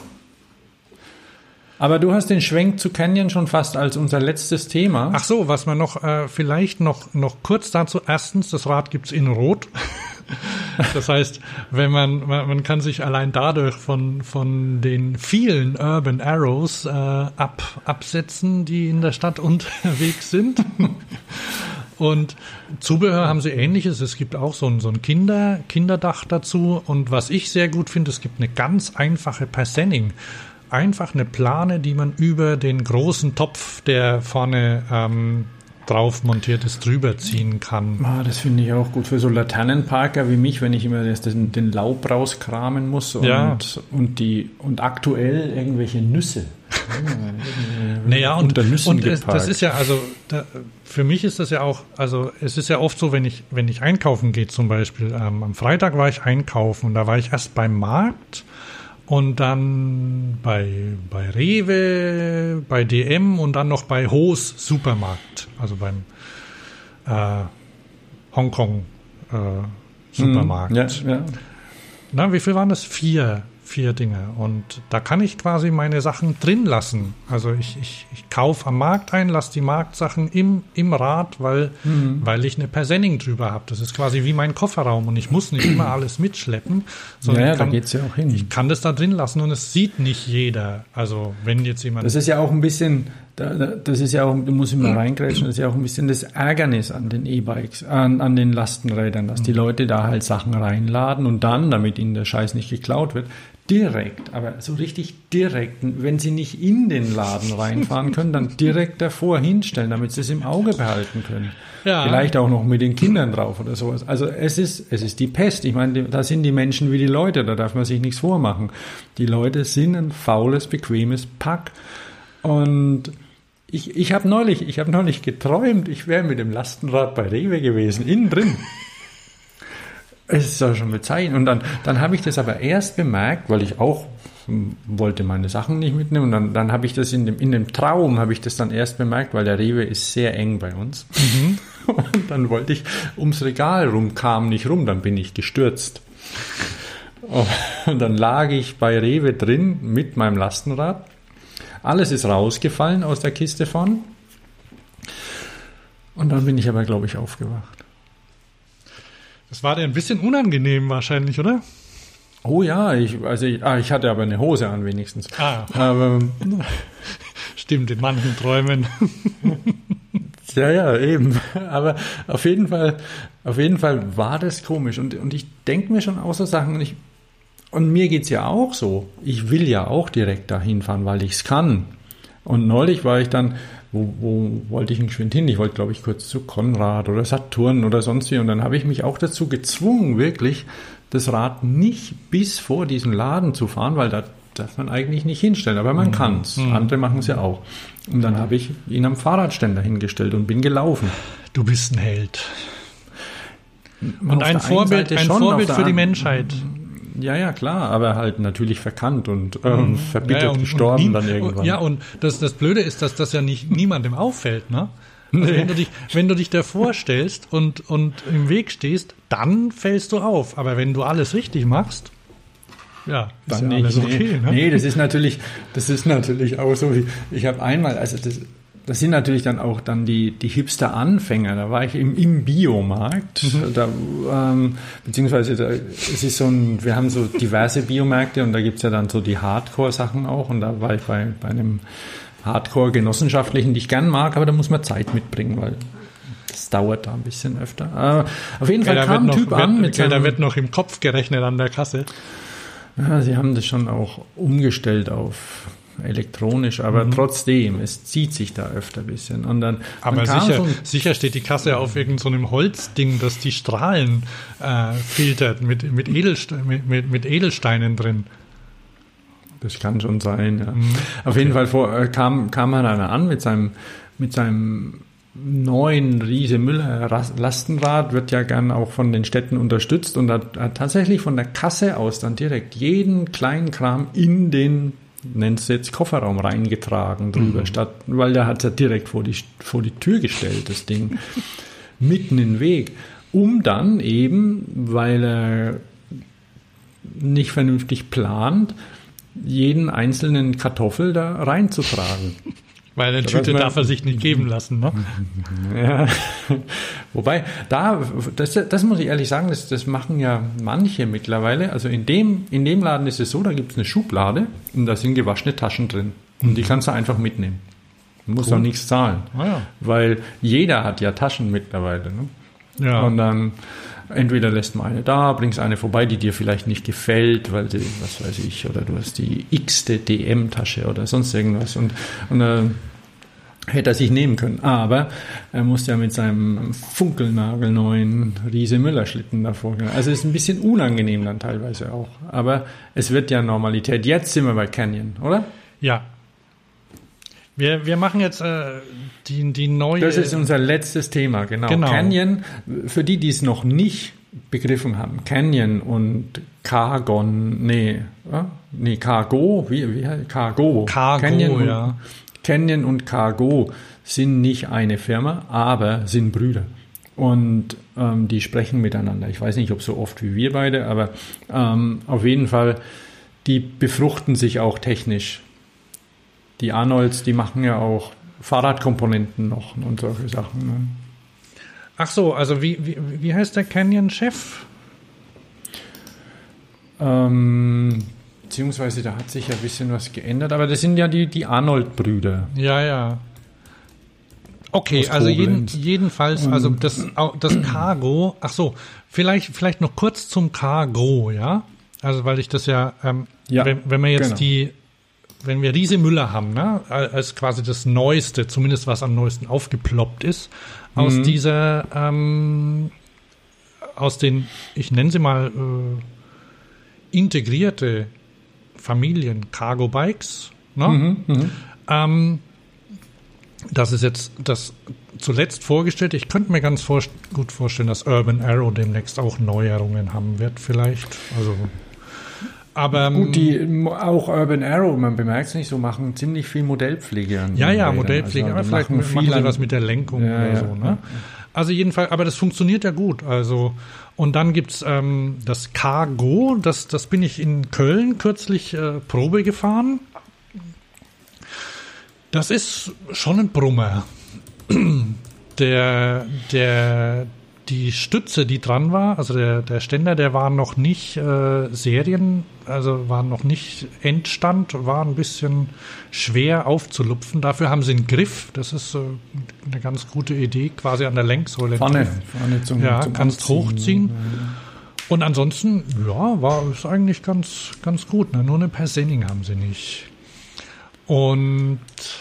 Aber du hast den Schwenk zu Canyon schon fast als unser letztes Thema. Ach so, was man noch, äh, vielleicht noch, noch kurz dazu. Erstens, das Rad gibt's in Rot. Das heißt, wenn man, man, man kann sich allein dadurch von, von den vielen Urban Arrows äh, ab, absetzen, die in der Stadt unterwegs sind. Und Zubehör haben sie Ähnliches. Es gibt auch so ein, so ein Kinder, Kinderdach dazu. Und was ich sehr gut finde, es gibt eine ganz einfache Persenning. Einfach eine Plane, die man über den großen Topf, der vorne ähm, drauf montiert ist, drüber ziehen kann. Ah, das finde ich auch gut für so Laternenparker wie mich, wenn ich immer das, den, den Laub rauskramen muss und, ja. und, die, und aktuell irgendwelche Nüsse. Naja, und, und es, das ist ja, also da, für mich ist das ja auch, also es ist ja oft so, wenn ich, wenn ich einkaufen gehe zum Beispiel, ähm, am Freitag war ich einkaufen und da war ich erst beim Markt und dann bei, bei Rewe, bei D M und dann noch bei Hoos Supermarkt, also beim äh, Hongkong äh, Supermarkt. Mm, ja, ja. Na, wie viel waren das? Vier. Vier Dinge. Und da kann ich quasi meine Sachen drin lassen. Also ich, ich, ich kaufe am Markt ein, lasse die Marktsachen im, im Rad, weil, mhm. weil ich eine Persenning drüber habe. Das ist quasi wie mein Kofferraum und ich muss nicht immer alles mitschleppen, sondern ja, ja, ich, kann, da geht's ja auch hin. ich kann das da drin lassen und es sieht nicht jeder. Also wenn jetzt jemand... Das ist ja auch ein bisschen, das ist ja auch, du musst immer reingrätschen, das ist ja auch ein bisschen das Ärgernis an den E-Bikes, an, an den Lastenrädern, dass die Leute da halt Sachen reinladen und dann, damit ihnen der Scheiß nicht geklaut wird, direkt, aber so richtig direkt, wenn sie nicht in den Laden reinfahren können, dann direkt davor hinstellen, damit sie es im Auge behalten können. Ja. Vielleicht auch noch mit den Kindern drauf oder sowas. Also es ist, es ist die Pest. Ich meine, da sind die Menschen wie die Leute, da darf man sich nichts vormachen. Die Leute sind ein faules, bequemes Pack. Und ich, ich habe neulich, ich habe neulich geträumt, ich wäre mit dem Lastenrad bei Rewe gewesen, innen drin. Es ist ja schon bezeichnet. Und dann, dann habe ich das aber erst bemerkt, weil ich auch wollte meine Sachen nicht mitnehmen. Und dann, dann habe ich das in dem, in dem Traum, habe ich das dann erst bemerkt, weil der Rewe ist sehr eng bei uns. Mhm. Und dann wollte ich ums Regal rum, kam nicht rum, dann bin ich gestürzt. Und dann lag ich bei Rewe drin mit meinem Lastenrad. Alles ist rausgefallen aus der Kiste vorn. Und dann bin ich aber, glaube ich, aufgewacht. Das war dir ein bisschen unangenehm wahrscheinlich, oder? Oh ja, ich, also ich, ah, ich hatte aber eine Hose an wenigstens. Ah. Aber, stimmt, in manchen Träumen. Ja, ja, eben. Aber auf jeden Fall, auf jeden Fall war das komisch. Und, und ich denke mir schon auch so Sachen. Und, ich, und mir geht's ja auch so. Ich will ja auch direkt dahin fahren, weil ich's kann. Und neulich war ich dann, wo, wo wollte ich denn geschwind hin? Ich wollte, glaube ich, kurz zu Konrad oder Saturn oder sonst wie. Und dann habe ich mich auch dazu gezwungen, wirklich das Rad nicht bis vor diesen Laden zu fahren, weil da darf man eigentlich nicht hinstellen. Aber man mhm. kann's. Mhm. Andere machen es ja auch. Und dann habe ich ihn am Fahrradständer hingestellt und bin gelaufen. Du bist ein Held. Und ein Vorbild, ein Vorbild für die Menschheit. Ja, ja, klar, aber halt natürlich verkannt und ähm, verbittert ja, ja, und, gestorben und nie, dann irgendwann. Ja, und das, das Blöde ist, dass das ja nicht niemandem auffällt, ne? Also nee. wenn du dich, wenn du dich davor stellst und, und im Weg stehst, dann fällst du auf. Aber wenn du alles richtig machst, ja, ist dann ja nicht, alles okay. Nee, ne? nee, das ist natürlich, das ist natürlich auch so, wie, ich habe einmal, also das, das sind natürlich dann auch dann die, die Hipster-Anfänger. Da war ich im, im Biomarkt, mhm. da, ähm, beziehungsweise da, es ist so ein, wir haben so diverse Biomärkte und da gibt's ja dann so die Hardcore-Sachen auch und da war ich bei, bei einem Hardcore-genossenschaftlichen, die ich gern mag, aber da muss man Zeit mitbringen, weil das dauert da ein bisschen öfter. Äh, auf jeden Fall ja, kam ein noch, Typ wird, an mit ja, seinem, da wird noch im Kopf gerechnet an der Kasse. Ja, sie haben das schon auch umgestellt auf elektronisch, aber mhm. trotzdem, es zieht sich da öfter ein bisschen. Und dann, aber sicher, so sicher steht die Kasse auf irgendeinem so Holzding, das die Strahlen äh, filtert mit, mit, Edelste- mit, mit, mit Edelsteinen drin. Das kann schon sein, ja. Mhm. Auf okay. jeden Fall vor, äh, kam, kam man einer an mit seinem, mit seinem neuen Riese Müller Lastenrad, wird ja gern auch von den Städten unterstützt und hat, hat tatsächlich von der Kasse aus dann direkt jeden kleinen Kram in den, nennst du jetzt Kofferraum reingetragen drüber, mhm. statt, weil der hat ja direkt vor die, vor die Tür gestellt, das Ding, mitten in den Weg, um dann eben, weil er nicht vernünftig plant, jeden einzelnen Kartoffel da reinzutragen. Weil eine Tüte man, darf er sich nicht geben lassen, ne? Ja. Wobei, da, das, das muss ich ehrlich sagen, das, das machen ja manche mittlerweile. Also in dem, in dem Laden ist es so, da gibt es eine Schublade und da sind gewaschene Taschen drin. Und die kannst du einfach mitnehmen. Du musst cool. auch nichts zahlen. Ah, ja. Weil jeder hat ja Taschen mittlerweile. Ne? Ja. Und dann entweder lässt man eine da, bringst eine vorbei, die dir vielleicht nicht gefällt, weil die, was weiß ich, oder du hast die x-te D M-Tasche oder sonst irgendwas und, und äh, hätte er sich nehmen können. Aber er musste ja mit seinem funkelnagelneuen Riese Müller-Schlitten davor gehen. Also es ist ein bisschen unangenehm dann teilweise auch. Aber es wird ja Normalität. Jetzt sind wir bei Canyon, oder? Ja. Wir, wir machen jetzt äh, die, die neue... Das ist unser letztes Thema, genau. genau. Canyon, für die, die es noch nicht begriffen haben, Canyon und Cargon, nee, äh, nee, Cargo, wie, wie heißt Cargo? Cargo, Canyon und, ja. Canyon und Cargo sind nicht eine Firma, aber sind Brüder. Und ähm, die sprechen miteinander. Ich weiß nicht, ob so oft wie wir beide, aber ähm, auf jeden Fall, die befruchten sich auch technisch. Die Arnolds, die machen ja auch Fahrradkomponenten noch und solche Sachen. Ne? Ach so, also wie, wie, wie heißt der Canyon-Chef? Ähm, beziehungsweise da hat sich ja ein bisschen was geändert, aber das sind ja die, die Arnold-Brüder. Ja, ja. Okay, also jeden, jedenfalls, also das, das Cargo, ach so, vielleicht, vielleicht noch kurz zum Cargo, ja? Also weil ich das ja, ähm, ja wenn, wenn wir jetzt genau. die wenn wir Riese Müller haben, ne, als quasi das Neueste, zumindest was am neuesten aufgeploppt ist, aus mhm. dieser, ähm, aus den, ich nenne sie mal, äh, integrierte Familien Cargo Bikes, ne, mhm, Ähm, das ist jetzt das zuletzt vorgestellt. Ich könnte mir ganz vor, gut vorstellen, dass Urban Arrow demnächst auch Neuerungen haben wird, vielleicht. Also, aber gut, die auch Urban Arrow, man bemerkt es nicht so, machen ziemlich viel Modellpflege an. Ja, ja, Modellpflege, also, aber vielleicht machen, machen sie was mit der Lenkung ja, oder ja, so. Ne? Ja. Also jedenfalls, aber das funktioniert ja gut. Also und dann gibt's ähm, das Cargo, das das bin ich in Köln kürzlich äh, Probe gefahren. Das ist schon ein Brummer. Der der die Stütze, die dran war, also der der Ständer, der war noch nicht äh, Serien, also war noch nicht Endstand, war ein bisschen schwer aufzulupfen. Dafür haben sie einen Griff, das ist äh, eine ganz gute Idee, quasi an der Lenksäule. Vorne, vorne zum, ja, zum kannst Anziehen. hochziehen. Und ansonsten, ja, war es eigentlich ganz ganz gut. Ne? Nur eine Persenning haben sie nicht. Und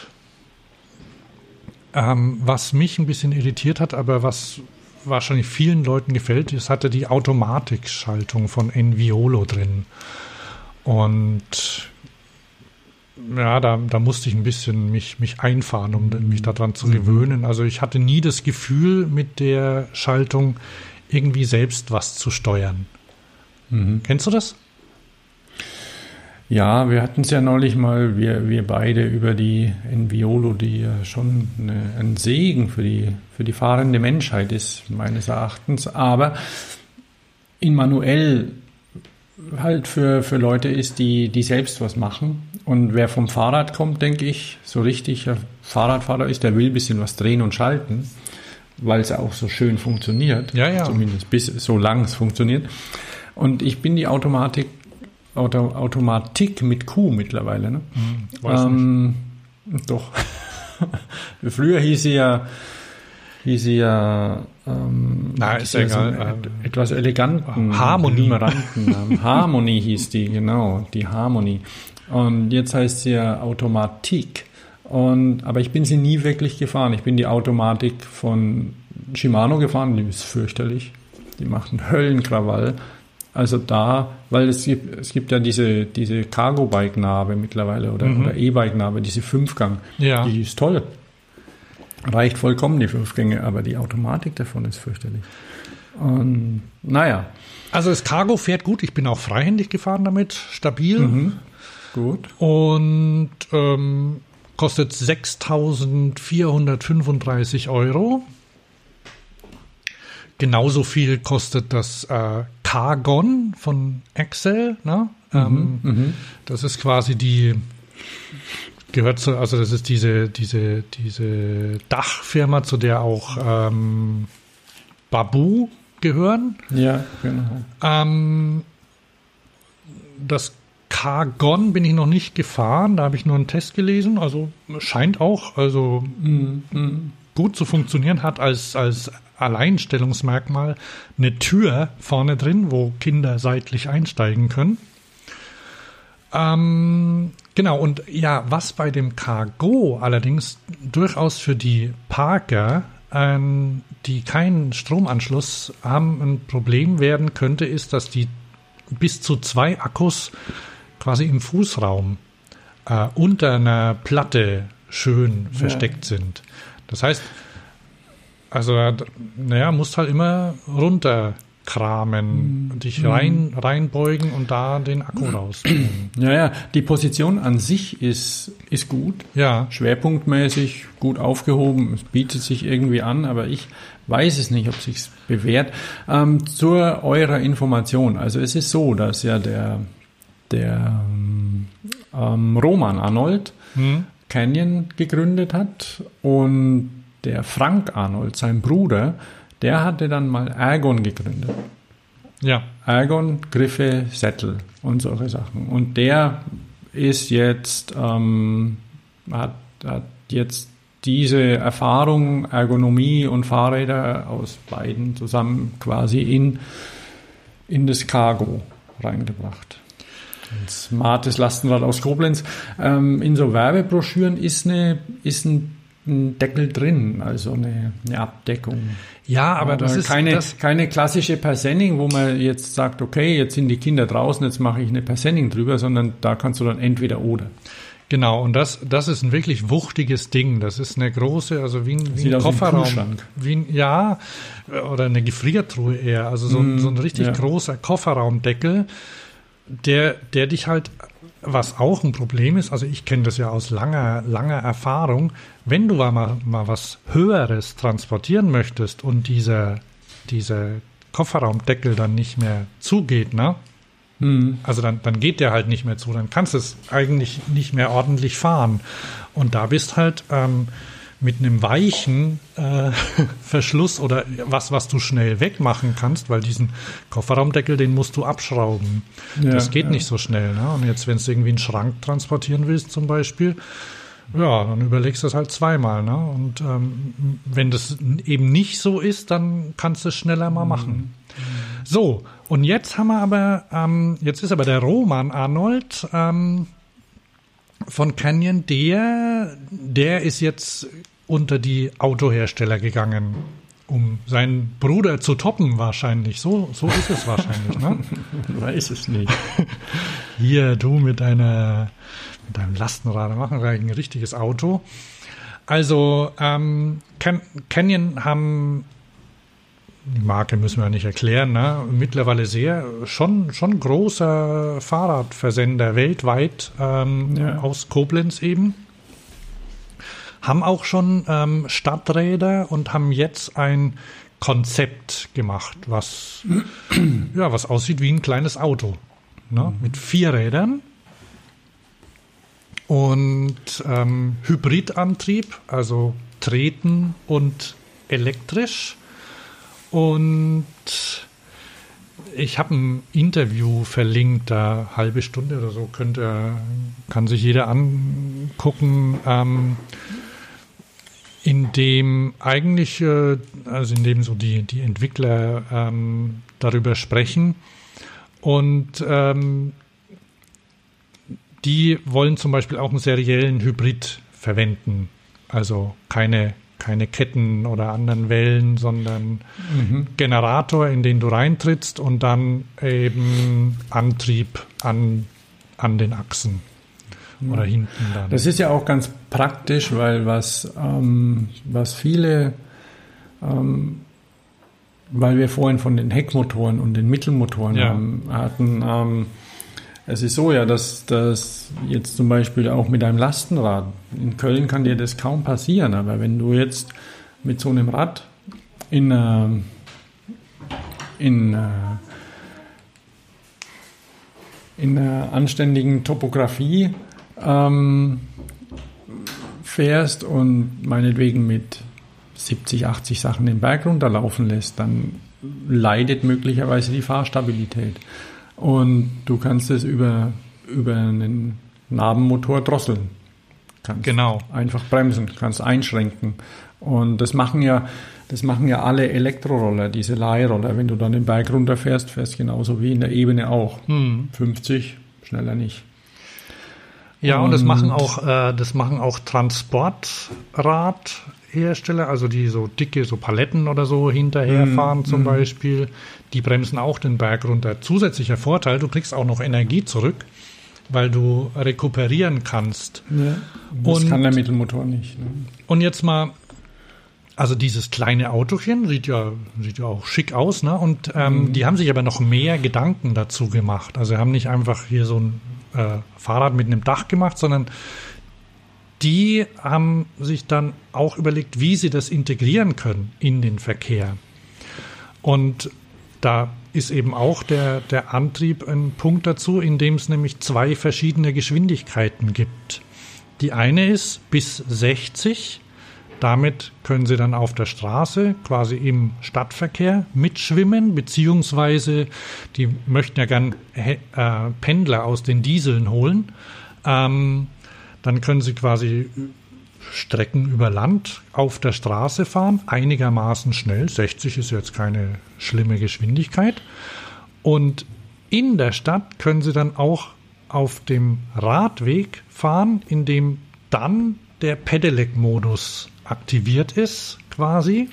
ähm, was mich ein bisschen irritiert hat, aber was wahrscheinlich vielen Leuten gefällt, es hatte die Automatikschaltung von Enviolo drin. Und ja, da, da musste ich ein bisschen mich, mich einfahren, um mich daran zu gewöhnen. Also ich hatte nie das Gefühl, mit der Schaltung irgendwie selbst was zu steuern. Mhm. Kennst du das? Ja, wir hatten es ja neulich mal, wir, wir beide, über die Enviolo, die ja schon eine, ein Segen für die, für die fahrende Menschheit ist, meines Erachtens, aber in manuell halt für, für Leute ist, die, die selbst was machen. Und wer vom Fahrrad kommt, denke ich, so richtig Fahrradfahrer ist, der will ein bisschen was drehen und schalten, weil es auch so schön funktioniert. Ja, ja. Zumindest bis so lang es funktioniert. Und ich bin die Automatik Auto, Automatik mit Q mittlerweile, ne? Hm, weiß ähm, nicht. Doch. Früher hieß sie ja, hieß sie ja, ähm, Na, ist ja egal. So einen, etwas eleganten, Harmony. Namen. Harmony hieß die, genau, die Harmony. Und jetzt heißt sie ja Automatik. Und, aber ich bin sie nie wirklich gefahren. Ich bin die Automatik von Shimano gefahren, die ist fürchterlich. Die macht einen Höllenkrawall. Also da, weil es gibt, es gibt ja diese, diese Cargo-Bike-Narbe mittlerweile oder, mhm. oder E-Bike-Narbe, diese Fünfgang. Ja. Die ist toll. Reicht vollkommen, die Fünfgänge, aber die Automatik davon ist fürchterlich. Und naja. Also das Cargo fährt gut, ich bin auch freihändig gefahren damit, stabil. Mhm. Gut. Und ähm, kostet sechstausendvierhundertfünfunddreißig Euro. Genauso viel kostet das äh, Cargon von Excel. Ne? Mhm, ähm, mhm. Das ist quasi die, gehört zu, also das ist diese, diese, diese Dachfirma, zu der auch ähm, Baboo gehören. Ja, genau. Ähm, das Cargon bin ich noch nicht gefahren, da habe ich nur einen Test gelesen, also scheint auch also mhm, mhm. gut zu funktionieren, hat als, als Alleinstellungsmerkmal eine Tür vorne drin, wo Kinder seitlich einsteigen können. Ähm, genau, und ja, was bei dem Cargo allerdings durchaus für die Parker, ähm, die keinen Stromanschluss haben, ein Problem werden könnte, ist, dass die bis zu zwei Akkus quasi im Fußraum äh, unter einer Platte schön ja. versteckt sind. Das heißt, also, naja, musst halt immer runterkramen, mhm. dich rein, reinbeugen und da den Akku rausnehmen. Ja, ja, die Position an sich ist, ist gut. Ja. Schwerpunktmäßig gut aufgehoben. Es bietet sich irgendwie an, aber ich weiß es nicht, ob es sich bewährt. Ähm, zu eurer Information. Also, es ist so, dass ja der, der ähm, Roman Arnold mhm. Canyon gegründet hat und der Frank Arnold, sein Bruder, der hatte dann mal Ergon gegründet. Ja. Ergon, Griffe, Sättel und solche Sachen. Und der ist jetzt, ähm, hat, hat jetzt diese Erfahrung, Ergonomie und Fahrräder aus beiden zusammen quasi in, in das Cargo reingebracht. Ein smartes Lastenrad aus Koblenz. Ähm, in so Werbebroschüren ist, eine, ist ein ein Deckel drin, also eine, eine Abdeckung. Ja, aber, aber das ist keine, das keine klassische Persenning, wo man jetzt sagt, okay, jetzt sind die Kinder draußen, jetzt mache ich eine Persenning drüber, sondern da kannst du dann entweder oder. Genau, und das, das ist ein wirklich wuchtiges Ding. Das ist eine große, also wie ein, wie ein aus wie ein Kofferraum. Kühlschrank. Wie ein, ja, oder eine Gefriertruhe eher. Also so, ein- Mm, so ein richtig ja. großer Kofferraumdeckel, der, der dich halt, was auch ein Problem ist, also ich kenne das ja aus langer, langer Erfahrung, wenn du mal, mal was Höheres transportieren möchtest und dieser, dieser Kofferraumdeckel dann nicht mehr zugeht, ne? Mhm. Also dann, dann geht der halt nicht mehr zu, dann kannst du es eigentlich nicht mehr ordentlich fahren. Und da bist halt ähm, mit einem weichen äh, Verschluss oder was, was du schnell wegmachen kannst, weil diesen Kofferraumdeckel, den musst du abschrauben. Ja, das geht ja. nicht so schnell. Ne? Und jetzt, wenn du irgendwie einen Schrank transportieren willst zum Beispiel, ja, dann überlegst du es halt zweimal. Ne? Und ähm, wenn das eben nicht so ist, dann kannst du es schneller mal machen. So, und jetzt haben wir aber, ähm, jetzt ist aber der Roman Arnold ähm, von Canyon, der, der ist jetzt unter die Autohersteller gegangen, um seinen Bruder zu toppen wahrscheinlich. So, so ist es wahrscheinlich, ne? Weiß es nicht. Hier, du mit deiner, mit deinem Lastenrad, machen wir ein richtiges Auto. Also, ähm, Can- Canyon haben, die Marke müssen wir nicht erklären, ne? Mittlerweile sehr, schon, schon großer Fahrradversender weltweit, ähm, Ja. aus Koblenz eben. Haben auch schon ähm, Stadträder und haben jetzt ein Konzept gemacht, was, ja, was aussieht wie ein kleines Auto, ne? Mit vier Rädern und ähm, Hybridantrieb, also treten und elektrisch. Und ich habe ein Interview verlinkt, da halbe Stunde oder so könnte, kann sich jeder angucken, ähm, in dem eigentlich, äh, also in dem so die, die Entwickler ähm, darüber sprechen. Und ähm, die wollen zum Beispiel auch einen seriellen Hybrid verwenden. Also keine keine Ketten oder anderen Wellen, sondern Mhm. Generator, in den du reintrittst und dann eben Antrieb an, an den Achsen oder hinten dann. Das ist ja auch ganz praktisch, weil was, ähm, was viele, ähm, weil wir vorhin von den Heckmotoren und den Mittelmotoren Ja. haben, hatten, ähm, es ist so ja, dass das jetzt zum Beispiel auch mit einem Lastenrad, in Köln kann dir das kaum passieren, aber wenn du jetzt mit so einem Rad in, äh, in, äh, in einer anständigen Topografie ähm, fährst und meinetwegen mit siebzig, achtzig Sachen den Berg runterlaufen lässt, dann leidet möglicherweise die Fahrstabilität. Und du kannst es über, über einen Nabenmotor drosseln. Kannst Genau. einfach bremsen, kannst einschränken. Und das machen ja, das machen ja alle Elektroroller, diese Leihroller. Wenn du dann den Berg runterfährst, fährst genauso wie in der Ebene auch. Hm. fünfzig, schneller nicht. Ja, und das Und- machen auch, äh, das machen auch Transportradhersteller, also die so dicke, so Paletten oder so hinterherfahren Mm, zum mm. Beispiel. Die bremsen auch den Berg runter. Zusätzlicher Vorteil, du kriegst auch noch Energie zurück, weil du rekuperieren kannst. Ja, das Und- kann der Mittelmotor nicht. Ne? Und jetzt mal, also dieses kleine Autochen sieht ja, sieht ja auch schick aus, ne? Und ähm, die haben sich aber noch mehr Gedanken dazu gemacht. Also haben nicht einfach hier so ein äh, Fahrrad mit einem Dach gemacht, sondern die haben sich dann auch überlegt, wie sie das integrieren können in den Verkehr. Und da ist eben auch der, der Antrieb ein Punkt dazu, in dem es nämlich zwei verschiedene Geschwindigkeiten gibt. Die eine ist bis sechzig. Damit können Sie dann auf der Straße quasi im Stadtverkehr mitschwimmen, beziehungsweise die möchten ja gern äh, Pendler aus den Dieseln holen. Ähm, dann können Sie quasi Strecken über Land auf der Straße fahren, einigermaßen schnell. sechzig ist jetzt keine schlimme Geschwindigkeit. Und in der Stadt können Sie dann auch auf dem Radweg fahren, in dem dann der Pedelec-Modus aktiviert ist, quasi.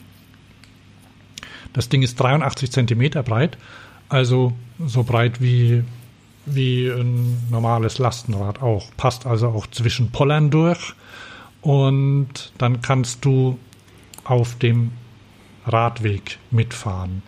Das Ding ist dreiundachtzig Zentimeter breit, also so breit wie wie ein normales Lastenrad auch. Passt also auch zwischen Pollern durch. Und dann kannst du auf dem Radweg mitfahren.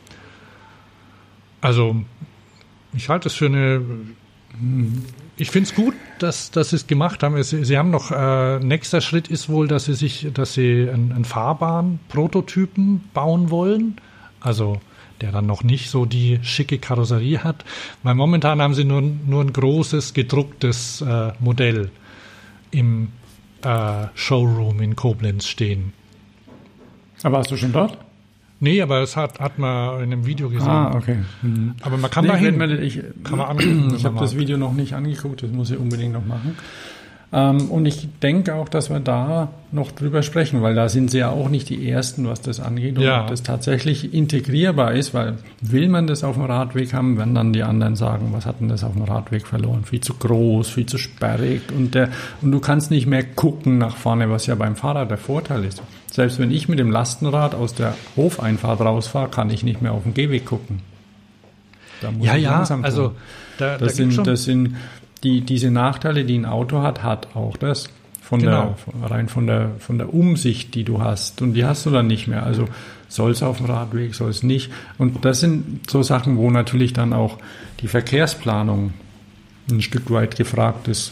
Also ich halte es für eine, ich finde es gut, dass, dass sie es gemacht haben. Sie, sie haben noch, äh, nächster Schritt ist wohl, dass sie sich, dass sie einen, einen Fahrbahn-Prototypen bauen wollen. Also der dann noch nicht so die schicke Karosserie hat. Weil momentan haben sie nur, nur ein großes, gedrucktes äh, Modell im äh, Showroom in Koblenz stehen. Aber warst du schon dort? Nee, aber das hat, hat man in einem Video gesehen. Ah, okay. Mhm. Aber man kann nee, da hin. Ich, kann man angucken, ich habe das Video noch nicht angeguckt, das muss ich unbedingt noch machen. Ähm, und ich denke auch, dass wir da noch drüber sprechen, weil da sind sie ja auch nicht die Ersten, was das angeht. Und ja. ob das tatsächlich integrierbar ist, weil will man das auf dem Radweg haben, wenn dann die anderen sagen, was hat denn das auf dem Radweg verloren? Viel zu groß, viel zu sperrig und, der, und du kannst nicht mehr gucken nach vorne, was ja beim Fahrrad der Vorteil ist. Selbst wenn ich mit dem Lastenrad aus der Hofeinfahrt rausfahre, kann ich nicht mehr auf den Gehweg gucken. Da muss ja, ich ja, langsam tun. also da, das, da sind, schon das sind die, diese Nachteile, die ein Auto hat, hat auch das. Von genau. der, rein von der, von der Umsicht, die du hast. Und die hast du dann nicht mehr. Also soll es auf dem Radweg, soll es nicht. Und das sind so Sachen, wo natürlich dann auch die Verkehrsplanung ein Stück weit gefragt ist.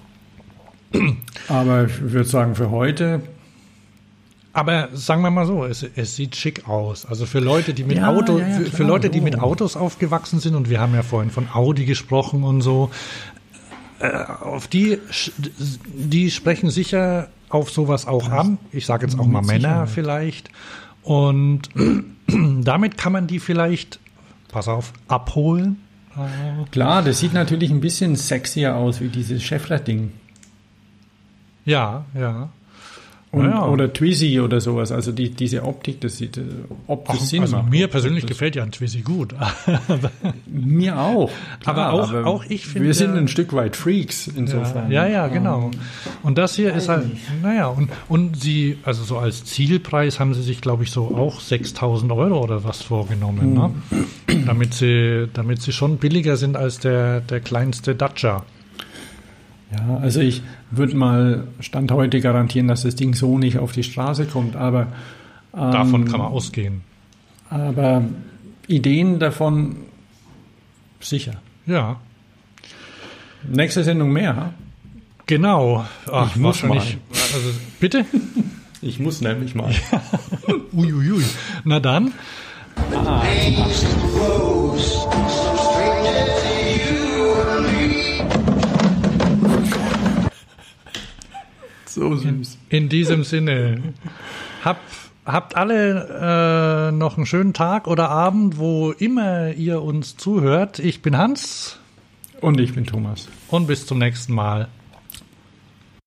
Aber ich würde sagen, für heute... Aber sagen wir mal so, es, es sieht schick aus. Also für Leute, die mit Ja, Auto, ja, ja, für, klar, für Leute, die so. mit Autos aufgewachsen sind, und wir haben ja vorhin von Audi gesprochen und so, äh, auf die, die sprechen sicher auf sowas auch an. Ich sage jetzt auch mal Männer Sicherheit. vielleicht. Und damit kann man die vielleicht, pass auf, abholen. Klar, das sieht natürlich ein bisschen sexier aus wie dieses Scheffler-Ding. Ja, ja. Und, Ja. Oder Twizy oder sowas. Also die, diese Optik, das sieht äh, optisch Ach, Sinn also macht. mir persönlich das, gefällt ja ein Twizy gut. Mir auch. Aber auch- auch ich finde Wir sind ja- ein Stück weit Freaks insofern. Ja, ja, genau. Und das hier ist halt, naja, und, und sie, also so als Zielpreis haben sie sich, glaube ich, so auch sechstausend Euro oder was vorgenommen, ne? Damit sie, damit sie schon billiger sind als der, der kleinste Dacia. Ja, also ich würde mal Stand heute garantieren, dass das Ding so nicht auf die Straße kommt, aber ähm, Davon kann man ausgehen. aber Ideen davon sicher. Ja, Nächste Sendung mehr, ha? genau. Ach, Ich muss wahrscheinlich- Also, bitte? Ich muss nämlich mal. Uiuiui. Na dann. So süß. In diesem Sinne, hab, habt alle äh, noch einen schönen Tag oder Abend, wo immer ihr uns zuhört. Ich bin Hans Und ich bin Thomas. und bis zum nächsten Mal.